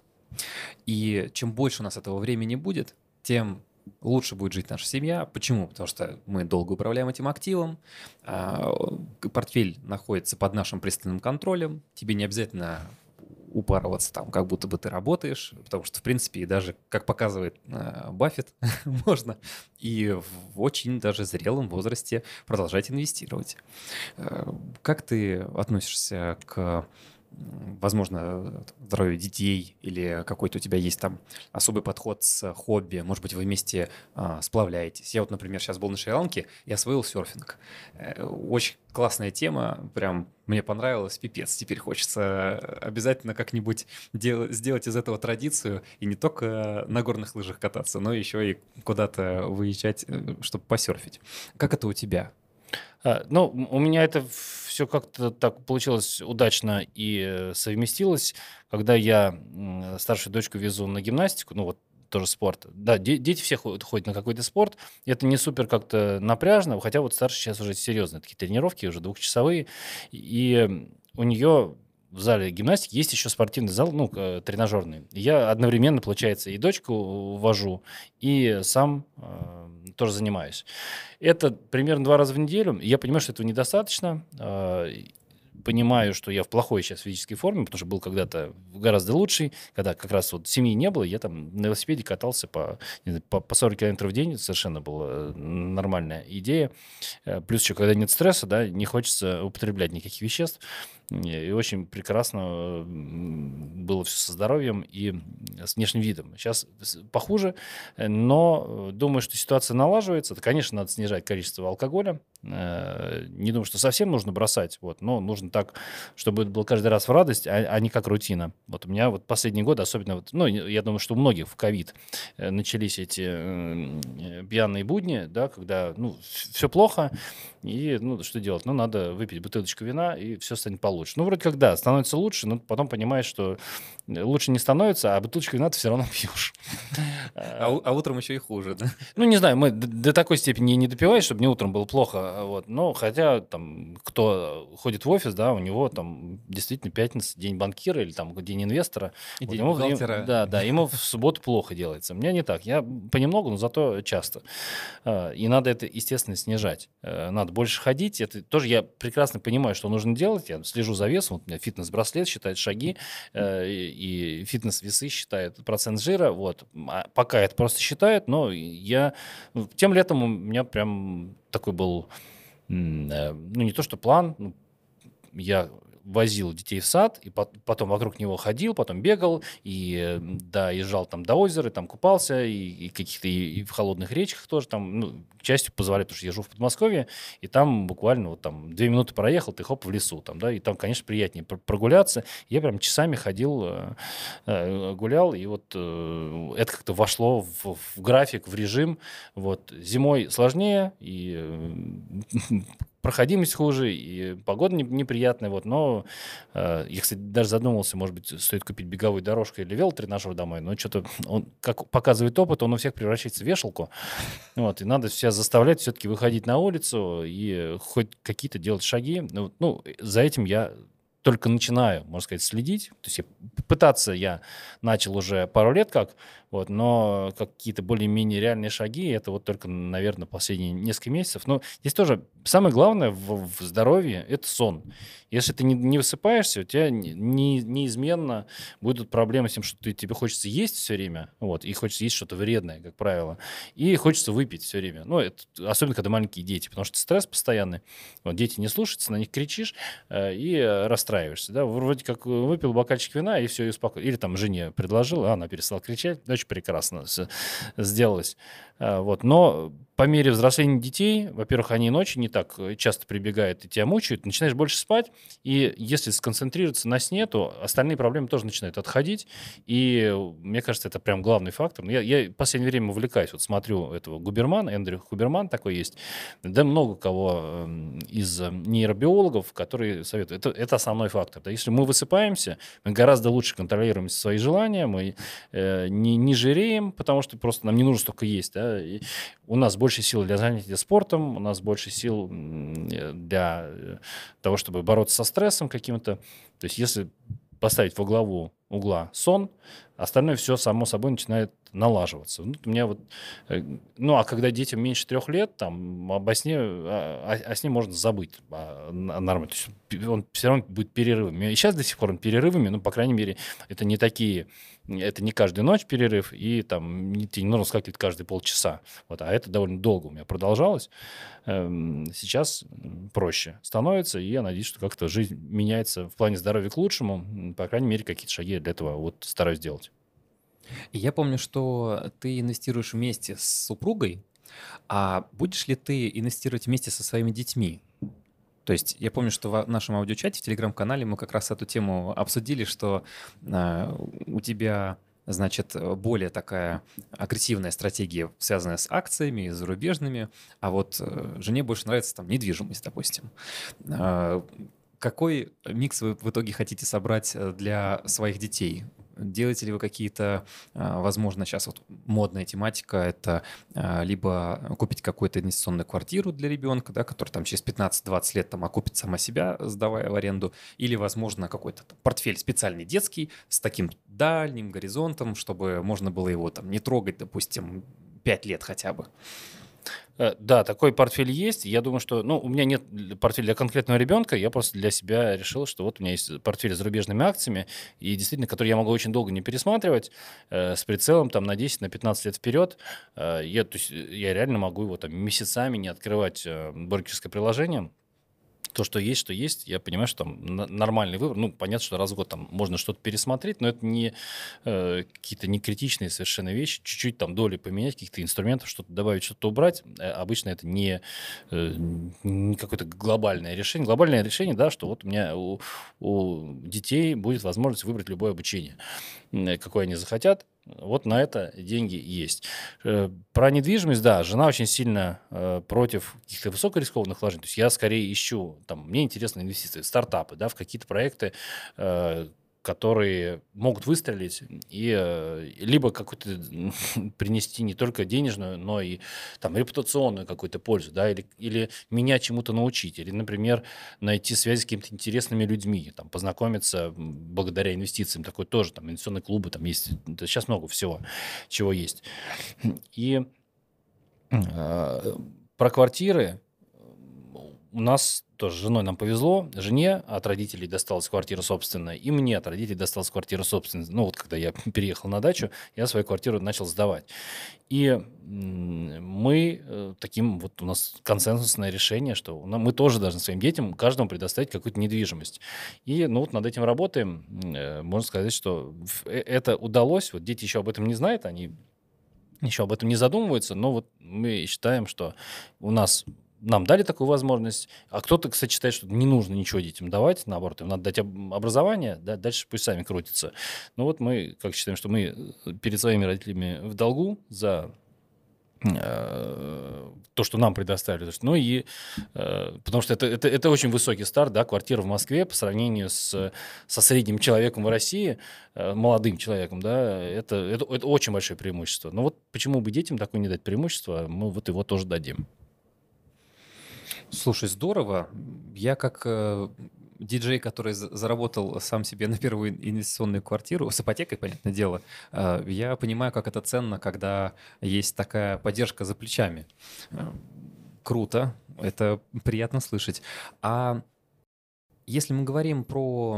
и чем больше у нас этого времени будет, тем лучше будет жить наша семья. Почему? Потому что мы долго управляем этим активом, а, портфель находится под нашим пристальным контролем, тебе не обязательно упарываться там, как будто бы ты работаешь, потому что, в принципе, и даже, как показывает э, Баффет, можно и в очень даже зрелом возрасте продолжать инвестировать. Э, Как ты относишься к, м, возможно, здоровью детей или какой-то у тебя есть там особый подход с хобби? Может быть, вы вместе а, сплавляетесь? Я вот, например, сейчас был на Шри-Ланке и освоил серфинг. Э, Очень классная тема, прям мне понравилось, пипец. Теперь хочется обязательно как-нибудь дел- сделать из этого традицию и не только на горных лыжах кататься, но еще и куда-то выезжать, чтобы посерфить. Как это у тебя? А, Ну, м, у меня это все как-то так получилось удачно и э, совместилось, когда я м, старшую дочку везу на гимнастику, ну вот тоже спорт. Да, де- дети все ходят, ходят на какой-то спорт. Это не супер как-то напряжно, хотя вот старший сейчас уже серьезные такие тренировки, уже двухчасовые. И м, у нее в зале гимнастики есть еще спортивный зал, ну, э, тренажерный. Я одновременно, получается, и дочку вожу, и сам э, тоже занимаюсь. Это примерно два раза в неделю. Я понимаю, что этого недостаточно. а, и Понимаю, что я в плохой сейчас физической форме, потому что был когда-то гораздо лучший, когда как раз вот семьи не было, я там на велосипеде катался по, не знаю, по, по сорок километров в день, совершенно была э, нормальная идея. Э, Плюс еще, когда нет стресса, да, не хочется употреблять никаких веществ. И очень прекрасно м, было все со здоровьем и с внешним видом. Сейчас похуже, э, но э, думаю, что ситуация налаживается. Это, конечно, надо снижать количество алкоголя, Э, Не думаю, что совсем нужно бросать, вот, но нужно так, чтобы это было каждый раз в радость, а, а не как рутина. Вот у меня вот последние годы, особенно, вот, ну, я думаю, что у многих в ковид э, начались эти э, э, пьяные будни, да, когда, ну, все плохо, и, ну, что делать? Ну, надо выпить бутылочку вина, и все станет получше. Ну, вроде как, да, становится лучше, но потом понимаешь, что лучше не становится, а бутылочку вина ты все равно пьешь. А, у- а утром еще и хуже, да? Ну, не знаю, мы д- до такой степени не допиваем, чтобы мне утром было плохо, а вот. Но хотя там, кто ходит в офис, да, у него там действительно пятница, день банкира или там день инвестора. И Вот день ему, им- бухгалтера. да, да, ему в субботу плохо делается. У меня не так. Я понемногу, но зато часто. А, И надо это, естественно, снижать. Э, Надо больше ходить. Это тоже я прекрасно понимаю, что нужно делать. Я слежу за весом. Вот у меня фитнес-браслет считает шаги, э, и и фитнес-весы считает процент жира. Вот. А Пока это просто считает, но я... ну, Тем летом у меня прям такой был, м, э, ну, не то что план, ну, я возил детей в сад, и пот- потом вокруг него ходил, потом бегал, и, э, да, езжал там до озера, и там купался, и, и каких-то и, и в холодных речках тоже там, ну, к счастью, позволяет, потому что я живу в Подмосковье, и там буквально вот там две минуты проехал, ты хоп, в лесу там, да, и там, конечно, приятнее пр- прогуляться. Я прям часами ходил, э, э, гулял, и вот э, это как-то вошло в, в график, в режим. Вот зимой сложнее, и э, проходимость хуже, и погода не- неприятная, вот, но э, я, кстати, даже задумывался, может быть, стоит купить беговую дорожку или велотренажер домой, но что-то, он, как показывает опыт, он у всех превращается в вешалку, вот, и надо себя заставлять все-таки выходить на улицу и хоть какие-то делать шаги, ну, ну, за этим я только начинаю, можно сказать, следить, то есть я- пытаться я начал уже пару лет как, вот, но какие-то более-менее реальные шаги, это вот только, наверное, последние несколько месяцев. Но здесь тоже самое главное в, в здоровье– это сон. Если ты не, не высыпаешься, у тебя не- не- неизменно будут проблемы с тем, что ты, тебе хочется есть все время, вот, и хочется есть что-то вредное, как правило, и хочется выпить все время. Ну, это, особенно, когда маленькие дети, потому что стресс постоянный. Вот, дети не слушаются, на них кричишь э, и э, расстраиваешься. Да? Вроде как выпил бокальчик вина, и все, и успокоил. Или там жене предложил, а она перестала кричать. Очень прекрасно с- сделалось. А, Вот. Но по мере взросления детей, во-первых, они ночью не так э, часто прибегают и тебя мучают, начинаешь больше спать, и если сконцентрироваться на сне, то остальные проблемы тоже начинают отходить, и э, мне кажется, это прям главный фактор. Я, я в последнее время увлекаюсь, вот смотрю этого Губермана, Эндрю Губерман такой есть, да много кого эм, из э, нейробиологов, которые советуют. Это, это основной фактор. Да. Если мы высыпаемся, мы гораздо лучше контролируем свои желания, мы э, не, не жиреем, потому что просто нам не нужно столько есть. Да, и у нас больше сил для занятия спортом, у нас больше сил м, э, для э, того, чтобы бороться со стрессом каким-то. То есть если поставить во главу угла сон, остальное все само собой начинает налаживаться. Ну, вот у меня вот, э, ну, а когда детям меньше трех лет, там обо сне, о, о- о сне можно забыть а, н- нормально. То есть пи- он все равно будет перерывами. И сейчас до сих пор он перерывами, ну, по крайней мере, это не такие, это не каждую ночь перерыв, и там не, тебе не нужно скакивать каждые полчаса. Вот, а это довольно долго у меня продолжалось. Эм, Сейчас м, проще становится, и я надеюсь, что как-то жизнь меняется в плане здоровья к лучшему. М, По крайней мере, какие-то шаги я для этого вот стараюсь делать. И я помню, что ты инвестируешь вместе с супругой, а будешь ли ты инвестировать вместе со своими детьми? То есть я помню, что в нашем аудиочате в Телеграм-канале мы как раз эту тему обсудили, что а, у тебя, значит, э, более такая агрессивная стратегия, связанная с акциями зарубежными, а вот э, жене больше нравится там недвижимость, допустим. А, Какой микс вы в итоге хотите собрать э, для своих детей? Делаете ли вы какие-то, а, возможно, сейчас вот модная тематика, это а, либо купить какую-то инвестиционную квартиру для ребенка, да, который там через пятнадцать-двадцать лет там окупит сама себя, сдавая в аренду, или, возможно, какой-то там портфель специальный детский с таким дальним горизонтом, чтобы можно было его там не трогать, допустим, пять лет хотя бы. Э, Да, такой портфель есть. Я думаю, что, ну, у меня нет л- портфеля для конкретного ребенка. Я просто для себя решил, что вот у меня есть портфель с зарубежными акциями, и действительно, который я могу очень долго не пересматривать, э, с прицелом там на десять, на пятнадцать лет вперед. Э, я, то есть, э, я реально могу его там месяцами не открывать э, брокерское приложение. то, что есть, что есть, я понимаю, что там н- нормальный выбор. Ну, понятно, что раз в год там можно что-то пересмотреть, но это не э, какие-то не критичные совершенно вещи. Чуть-чуть там доли поменять, каких-то инструментов, что-то добавить, что-то убрать. Э, обычно это не, э, не какое-то глобальное решение. Глобальное решение, да, что вот у меня у, у детей будет возможность выбрать любое обучение, м, какое они захотят. Вот на это деньги есть. Э, Про недвижимость, да, жена очень сильно э, против каких-то высокорискованных вложений. То есть я скорее ищу, там, мне интересны инвестиции, в стартапы, да, в какие-то проекты, э, которые могут выстрелить и э, либо какую-то принести не только денежную, но и там репутационную какую-то пользу, да, или, или меня чему-то научить, или, например, найти связи с какими-то интересными людьми, там, познакомиться м, благодаря инвестициям, такое тоже, там, инвестиционные клубы, там есть, да, сейчас много всего, чего есть. И э, про квартиры у нас тоже с женой нам повезло. Жене от родителей досталась квартира собственная, и мне от родителей досталась квартира собственная. Ну вот когда я переехал на дачу, я свою квартиру начал сдавать. И м, мы э, таким вот у нас консенсусное решение, что у нас- мы тоже должны своим детям, каждому предоставить какую-то недвижимость. И ну вот над этим работаем. М, э, Можно сказать, что в- э, это удалось. Вот дети еще об этом не знают, они еще об этом не задумываются, но вот мы считаем, что у нас нам дали такую возможность, а кто-то, кстати, считает, что не нужно ничего детям давать, наоборот, им надо дать об- образование, да, дальше пусть сами крутятся. Но вот мы как считаем, что мы э, перед своими родителями в долгу за э, то, что нам предоставили. То есть, ну и э, потому что это, это, это очень высокий старт, да, квартира в Москве по сравнению с, со средним человеком в России, э, молодым человеком, да, это, это, это очень большое преимущество. Но вот почему бы детям такое не дать преимущество, мы вот его тоже дадим. Слушай, здорово. Я как э, диджей, который за- заработал сам себе на первую инвестиционную квартиру, с ипотекой, понятное дело, э, я понимаю, как это ценно, когда есть такая поддержка за плечами. Э, Круто, это приятно слышать. А если мы говорим про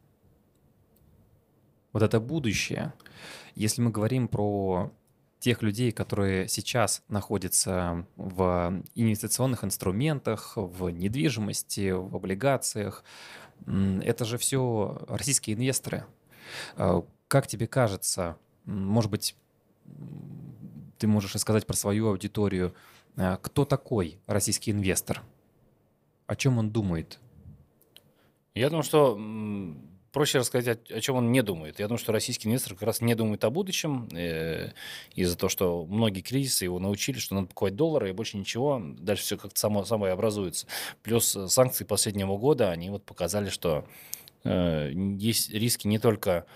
вот это будущее, если мы говорим про тех людей, которые сейчас находятся в инвестиционных инструментах, в недвижимости, в облигациях, м, это же все российские инвесторы. А, Как тебе кажется, м, может быть, м, ты можешь рассказать про свою аудиторию, а, кто такой российский инвестор? О чем он думает? Я думаю, что м, проще рассказать, о, о чем он не думает. Я думаю, что российский инвестор как раз не думает о будущем э, из-за того, что многие кризисы его научили, что надо покупать доллары и больше ничего. Дальше все как-то само, само и образуется. Плюс э, санкции последнего года, они вот показали, что э, есть риски не только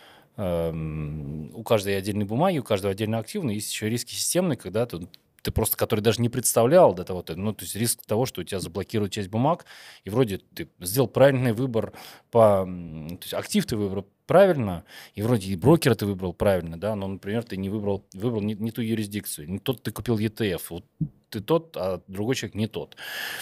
эм, у каждой отдельной бумаги, у каждого отдельно активно, есть еще риски системные, когда ты, ты просто, который даже не представлял до того, ты- ну, то есть риск того, что у тебя заблокируют часть бумаг, и вроде ты сделал правильный выбор по, м, то есть актив ты выбрал правильно, и вроде и брокера ты выбрал правильно, да, но, например, ты не выбрал, выбрал не, не ту юрисдикцию, не тот ты купил и ти эф, вот ты тот, а другой человек не тот.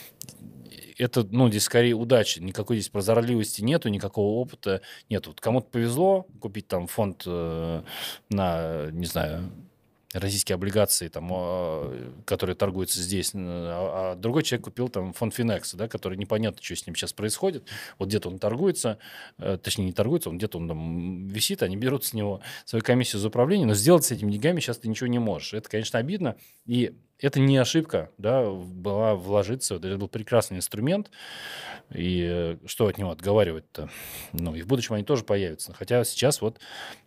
Это, ну, здесь скорее удача, никакой здесь прозорливости нету, никакого опыта нету. Вот кому-то повезло купить там фонд э, на, не знаю, российские облигации, там, а, которые торгуются здесь, н- а, а другой человек купил там фонд Финекса, да, который непонятно, что с ним сейчас происходит. Вот где-то он торгуется, э, точнее не торгуется, он где-то он там висит, они берут с него свою комиссию за управление, но сделать с этими деньгами сейчас ты ничего не можешь. Это, конечно, обидно, и это не ошибка, да, была вложиться, вот это был прекрасный инструмент, и э, что от него отговаривать-то? Ну, и в будущем они тоже появятся. Хотя сейчас вот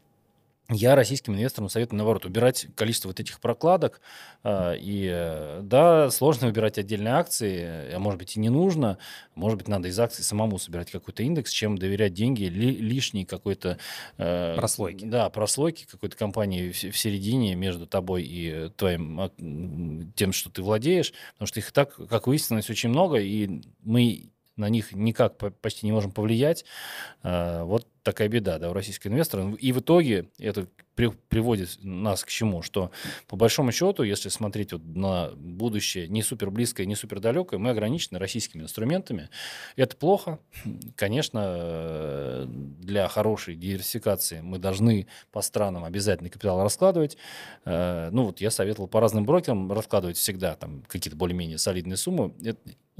я российским инвесторам советую, наоборот, убирать количество вот этих прокладок. а, И, э, да, сложно выбирать отдельные акции, а может быть и не нужно. Может быть, надо из акций самому собирать какой-то индекс, чем доверять деньги ли- лишней какой-то, э, Прослойки. да, прослойки какой-то компании в, с- в середине между тобой и э, твоим, а, м, тем, что ты владеешь. Потому что их и так, как выяснилось, очень много, и мы на них никак по- почти не можем повлиять. А, Вот такая беда, да, у российского инвестора. И в итоге это при- приводит нас к чему? Что по большому счету, если смотреть вот на будущее не супер близкое, не супер далекое, мы ограничены российскими инструментами. Это плохо. Конечно, э, для хорошей диверсификации мы должны по странам обязательно капитал раскладывать. Э, Ну вот я советовал по разным брокерам раскладывать всегда там какие-то более-менее солидные суммы. Это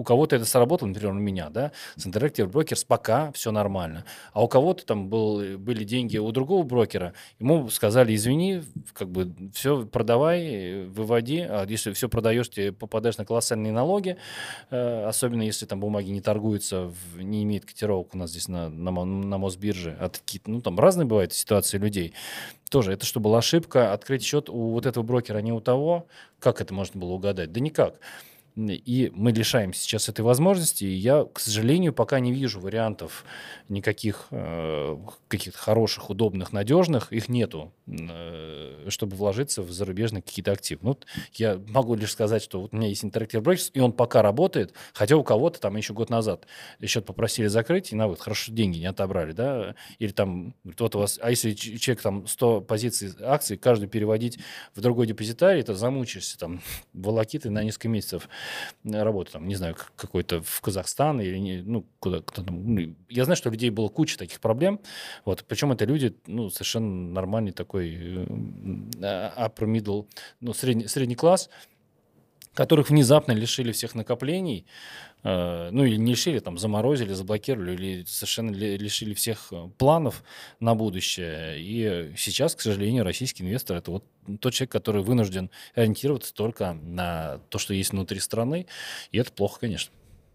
у кого-то это сработало, например, у меня, да, с Interactive Brokers пока все нормально. А у кого-то там был, были деньги у другого брокера, ему сказали, извини, как бы все продавай, выводи, а если все продаешь, ты попадаешь на колоссальные налоги, э, особенно если там бумаги не торгуются, в, не имеют котировок у нас здесь на, на, на Мосбирже, а такие, ну там разные бывают ситуации людей. Тоже это что, была ошибка, открыть счет у вот этого брокера, а не у того? Как это можно было угадать? Да никак. И мы лишаемся сейчас этой возможности, и я, к сожалению, пока не вижу вариантов никаких э, каких-то хороших, удобных, надежных, их нету, э, чтобы вложиться в зарубежные какие-то активы. Ну, я могу лишь сказать, что вот у меня есть Interactive Brokers, и он пока работает, хотя у кого-то там еще год назад счет попросили закрыть, и на вот хорошо деньги не отобрали, да, или там вот у вас, а если человек там сто позиций акций, каждую переводить в другой депозитарий, то замучишься там волокиты на несколько месяцев работы, там, не знаю, какой-то в Казахстан или не, ну, куда, куда там. Ну, я знаю, что у людей было куча таких проблем, вот, причем это люди, ну, совершенно нормальный такой э, upper middle, ну, средний, средний класс, которых внезапно лишили всех накоплений, э, ну, или не лишили, там, заморозили, заблокировали, или совершенно лишили всех планов на будущее. И сейчас, к сожалению, российский инвестор – это вот тот человек, который вынужден ориентироваться только на то, что есть внутри страны, и это плохо, конечно.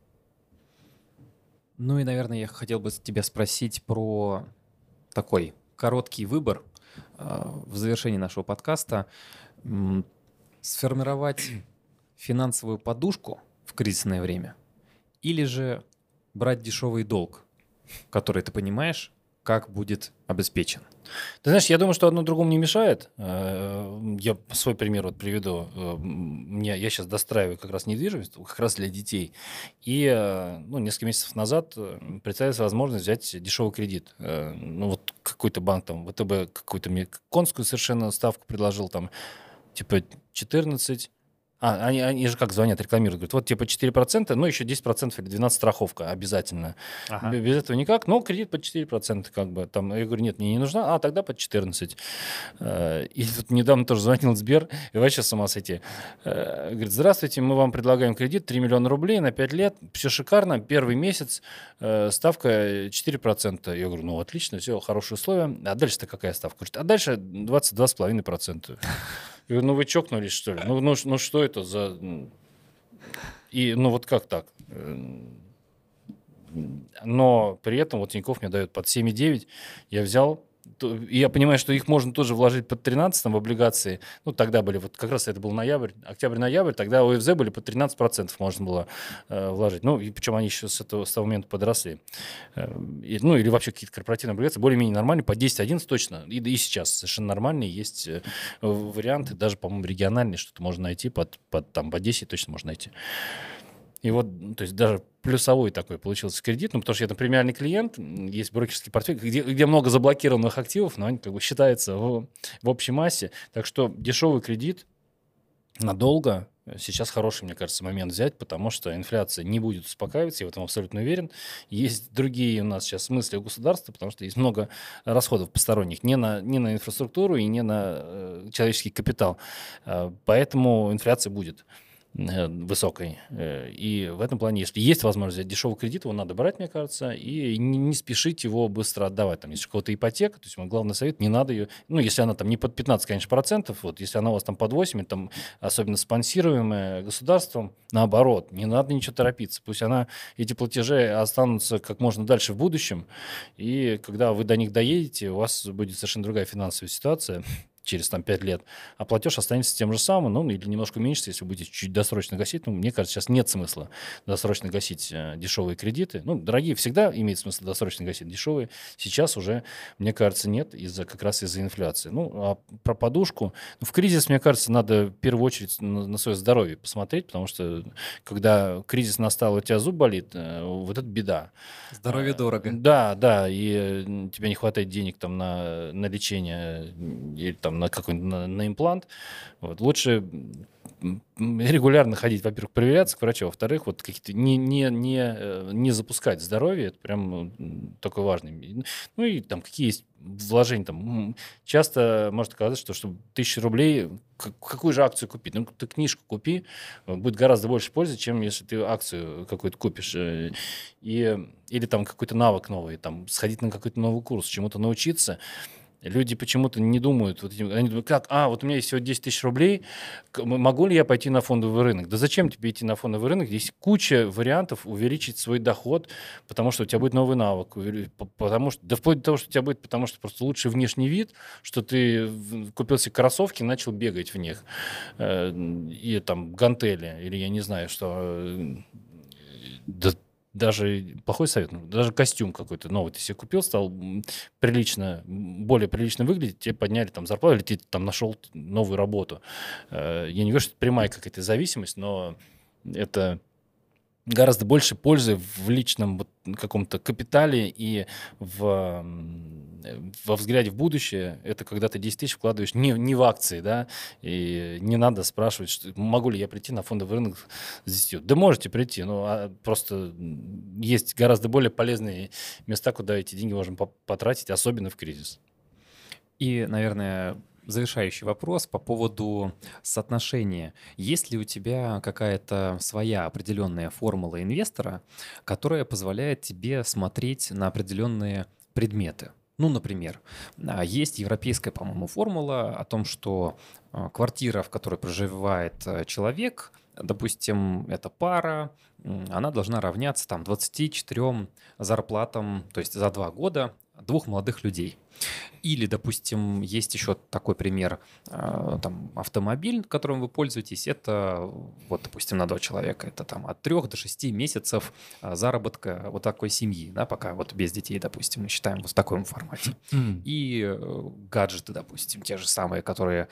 Ну и, наверное, я хотел бы тебя спросить про такой короткий выбор э, в завершении нашего подкаста. М, Сформировать финансовую подушку в кризисное время или же брать дешевый долг, который ты понимаешь, как будет обеспечен? Ты знаешь, я думаю, что одно другому не мешает. Э, Я свой пример вот приведу. Э, Мне, я сейчас достраиваю как раз недвижимость, как раз для детей. И э, ну, несколько месяцев назад э, представилась возможность взять дешевый кредит. Э, Ну вот какой-то банк, там, ВТБ, какую-то мне конскую совершенно ставку предложил, там, типа четырнадцать. А, они, они же как звонят, рекламируют, говорят, вот типа четыре процента, ну еще десять процентов или двенадцать страховка обязательно. Ага. Б- Без этого никак, но кредит под четыре процента как бы. Там, я говорю, нет, мне не нужна, а тогда под четырнадцать. Э, И вот недавно тоже звонил Сбер, и вообще с ума сойти. Э, Говорит, здравствуйте, мы вам предлагаем кредит три миллиона рублей на пять лет, все шикарно, первый месяц, э, ставка четыре процента. Я говорю, ну отлично, все, хорошие условия. А дальше-то какая ставка? Говорит, а дальше двадцать два с половиной процента. Я говорю, ну вы чокнулись, что ли? Ну, ну, ш- ну что это за... И, ну вот как так? Э, Но при этом вот Тинькофф мне дает под семь и девять. Я взял, то- и я понимаю, что их можно тоже вложить под тринадцать там, в облигации. Ну, тогда были, вот как раз это был ноябрь, октябрь-ноябрь, тогда у ОФЗ были по тринадцать процентов можно было э, вложить. Ну, и причем они еще с этого, с того момента подросли. Э, и- ну, или вообще какие-то корпоративные облигации более-менее нормальные, по десять-одиннадцать точно. И, и сейчас совершенно нормальные есть э, варианты, даже, по-моему, региональные что-то можно найти, под, под, там, по десять точно можно найти. И вот, ну, то есть даже плюсовой такой получился кредит, ну, потому что я там премиальный клиент, м, есть брокерский портфель, где, где много заблокированных активов, но они как бы считаются в, в общей массе. Так что дешевый кредит надолго сейчас хороший, мне кажется, момент взять, потому что инфляция не будет успокаиваться, я в этом абсолютно уверен. Есть другие у нас сейчас мысли у государства, потому что есть много расходов посторонних не на, не на инфраструктуру и не на э, человеческий капитал. Э, Поэтому инфляция будет э, высокой. Э, И в этом плане, если есть возможность взять дешевый кредит, его надо брать, мне кажется, и не, не спешить его быстро отдавать. Там, если у кого-то ипотека, то есть мой главный совет, не надо ее, ну, если она там не под пятнадцать, конечно, процентов, вот, если она у вас там под восемь, там, особенно спонсируемая государством, наоборот, не надо ничего торопиться. Пусть она, эти платежи останутся как можно дальше в будущем, и когда вы до них доедете, у вас будет совершенно другая финансовая ситуация через там пять лет, а платеж останется тем же самым, ну, или немножко меньше, если вы будете чуть досрочно гасить. Ну, мне кажется, сейчас нет смысла досрочно гасить э, дешевые кредиты. Ну, дорогие всегда имеет смысл досрочно гасить, дешевые сейчас уже, мне кажется, нет, из-за как раз из-за инфляции. Ну, а про подушку, ну, в кризис, мне кажется, надо в первую очередь на, на свое здоровье посмотреть, потому что когда кризис настал, у тебя зуб болит, э, вот это беда. Здоровье А, дорого. Да, да, и э, тебе не хватает денег там на, на лечение э, или там на какой-нибудь на, на имплант. Вот. Лучше регулярно ходить, во-первых, проверяться к врачу, во-вторых, вот какие-то не, не, не, не запускать здоровье, это прям такой важный. Ну и там какие есть вложения. Там, часто может оказаться, что чтобы тысячу рублей, какую же акцию купить? Ну, ты книжку купи, будет гораздо больше пользы, чем если ты акцию какую-то купишь. И, или там какой-то навык новый, там, сходить на какой-то новый курс, чему-то научиться. Люди почему-то не думают, вот, они думают, как, а, вот у меня есть всего десять тысяч рублей, могу ли я пойти на фондовый рынок? Да зачем тебе идти на фондовый рынок? Здесь куча вариантов увеличить свой доход, потому что у тебя будет новый навык, потому что, да вплоть до того, что у тебя будет, потому что просто лучший внешний вид, что ты купил себе кроссовки и начал бегать в них, и там гантели, или я не знаю, что... Да, даже плохой совет, даже костюм какой-то новый ты себе купил, стал прилично, более прилично выглядеть, тебе подняли там зарплату, или ты там нашел новую работу. Я не говорю, что это прямая какая-то зависимость, но это гораздо больше пользы в личном вот каком-то капитале и в, во взгляде в будущее. Это когда ты десять тысяч вкладываешь не, не в акции, да, и не надо спрашивать, что, могу ли я прийти на фондовый рынок с десятью. Да можете прийти, но а просто есть гораздо более полезные места, куда эти деньги можем потратить, особенно в кризис. И, наверное, завершающий вопрос по поводу соотношения. Есть ли у тебя какая-то своя определенная формула инвестора, которая позволяет тебе смотреть на определенные предметы? Ну, например, есть европейская, по-моему, формула о том, что квартира, в которой проживает человек, допустим, это пара, она должна равняться там двадцати четырем зарплатам, то есть за два года двух молодых людей. Или, допустим, есть еще такой пример, там, автомобиль, которым вы пользуетесь, это, вот, допустим, на два человека, это там от трех до шести месяцев заработка вот такой семьи, да, пока вот без детей, допустим, мы считаем вот в таком формате. Mm. И гаджеты, допустим, те же самые, которые...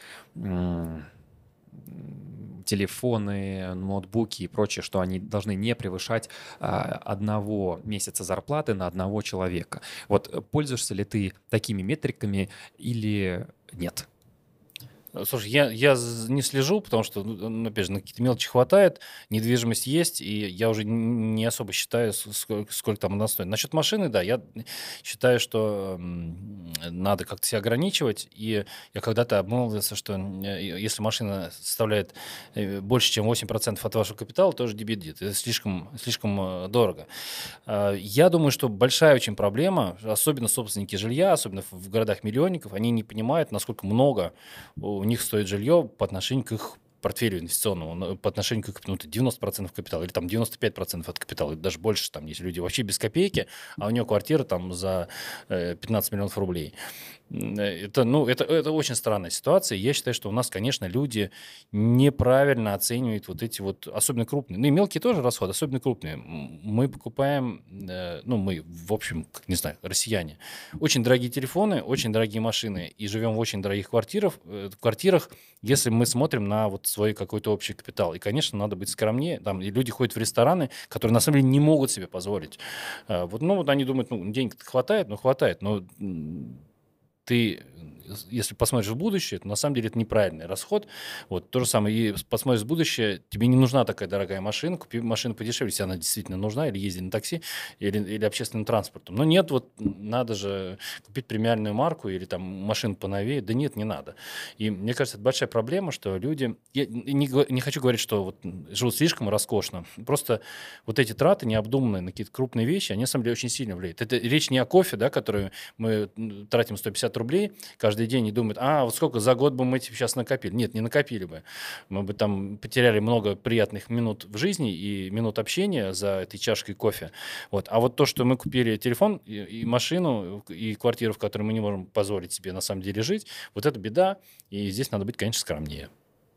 телефоны, ноутбуки и прочее, что они должны не превышать а, одного месяца зарплаты на одного человека. Вот пользуешься ли ты такими метриками или нет? Слушай, я, я не слежу, потому что, ну, опять же, на какие-то мелочи хватает, недвижимость есть, и я уже не особо считаю, сколько, сколько там она стоит. Насчет машины, да, я считаю, что надо как-то себя ограничивать, и я когда-то обмолвился, что если машина составляет больше, чем восемь процентов от вашего капитала, тоже дебет, это слишком, слишком дорого. Я думаю, что большая очень проблема, особенно собственники жилья, особенно в городах-миллионников, они не понимают, насколько много у них стоит жилье по отношению к их портфелю инвестиционному, по отношению к их, ну, девяносто процентов капитала, или там девяносто пять процентов от капитала, или даже больше, там есть люди вообще без копейки, а у него квартира там за пятнадцать миллионов рублей. Это, ну, это, это очень странная ситуация. Я считаю, что у нас, конечно, люди неправильно оценивают вот эти вот, особенно крупные, ну и мелкие тоже расходы, особенно крупные. Мы покупаем, ну, мы, в общем, как, не знаю, россияне, очень дорогие телефоны, очень дорогие машины, и живем в очень дорогих квартирах, квартирах, если мы смотрим на вот свой какой-то общий капитал. И, конечно, надо быть скромнее. Там, и люди ходят в рестораны, которые на самом деле не могут себе позволить. Вот, ну, вот они думают, ну, денег хватает, ну, хватает, но ты, если посмотришь в будущее, то на самом деле это неправильный расход. Вот то же самое, и посмотришь в будущее, тебе не нужна такая дорогая машина, купи машину подешевле, если она действительно нужна, или езди на такси, или, или общественным транспортом. Но нет, вот надо же купить премиальную марку или там машину поновее. Да нет, не надо. И мне кажется, это большая проблема, что люди... Я не, не хочу говорить, что вот живут слишком роскошно. Просто вот эти траты необдуманные на какие-то крупные вещи, они на самом деле очень сильно влияют. Это речь не о кофе, да, который мы тратим сто пятьдесят рублей каждый день и думают, а вот сколько за год бы мы сейчас накопили. Нет, не накопили бы. Мы бы там потеряли много приятных минут в жизни и минут общения за этой чашкой кофе. Вот. А вот то, что мы купили телефон и, и машину, и квартиру, в которой мы не можем позволить себе на самом деле жить, вот это беда, и здесь надо быть, конечно, скромнее.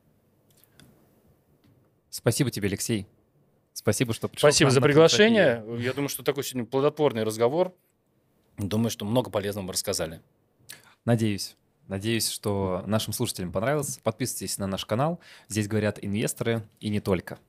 Спасибо тебе, Алексей. Спасибо, что пришел. Спасибо за приглашение. Я думаю, что такой сегодня плодотворный разговор. Думаю, что много полезного мы рассказали. Надеюсь. Надеюсь, что нашим слушателям понравилось. Подписывайтесь на наш канал. Здесь говорят инвесторы и не только.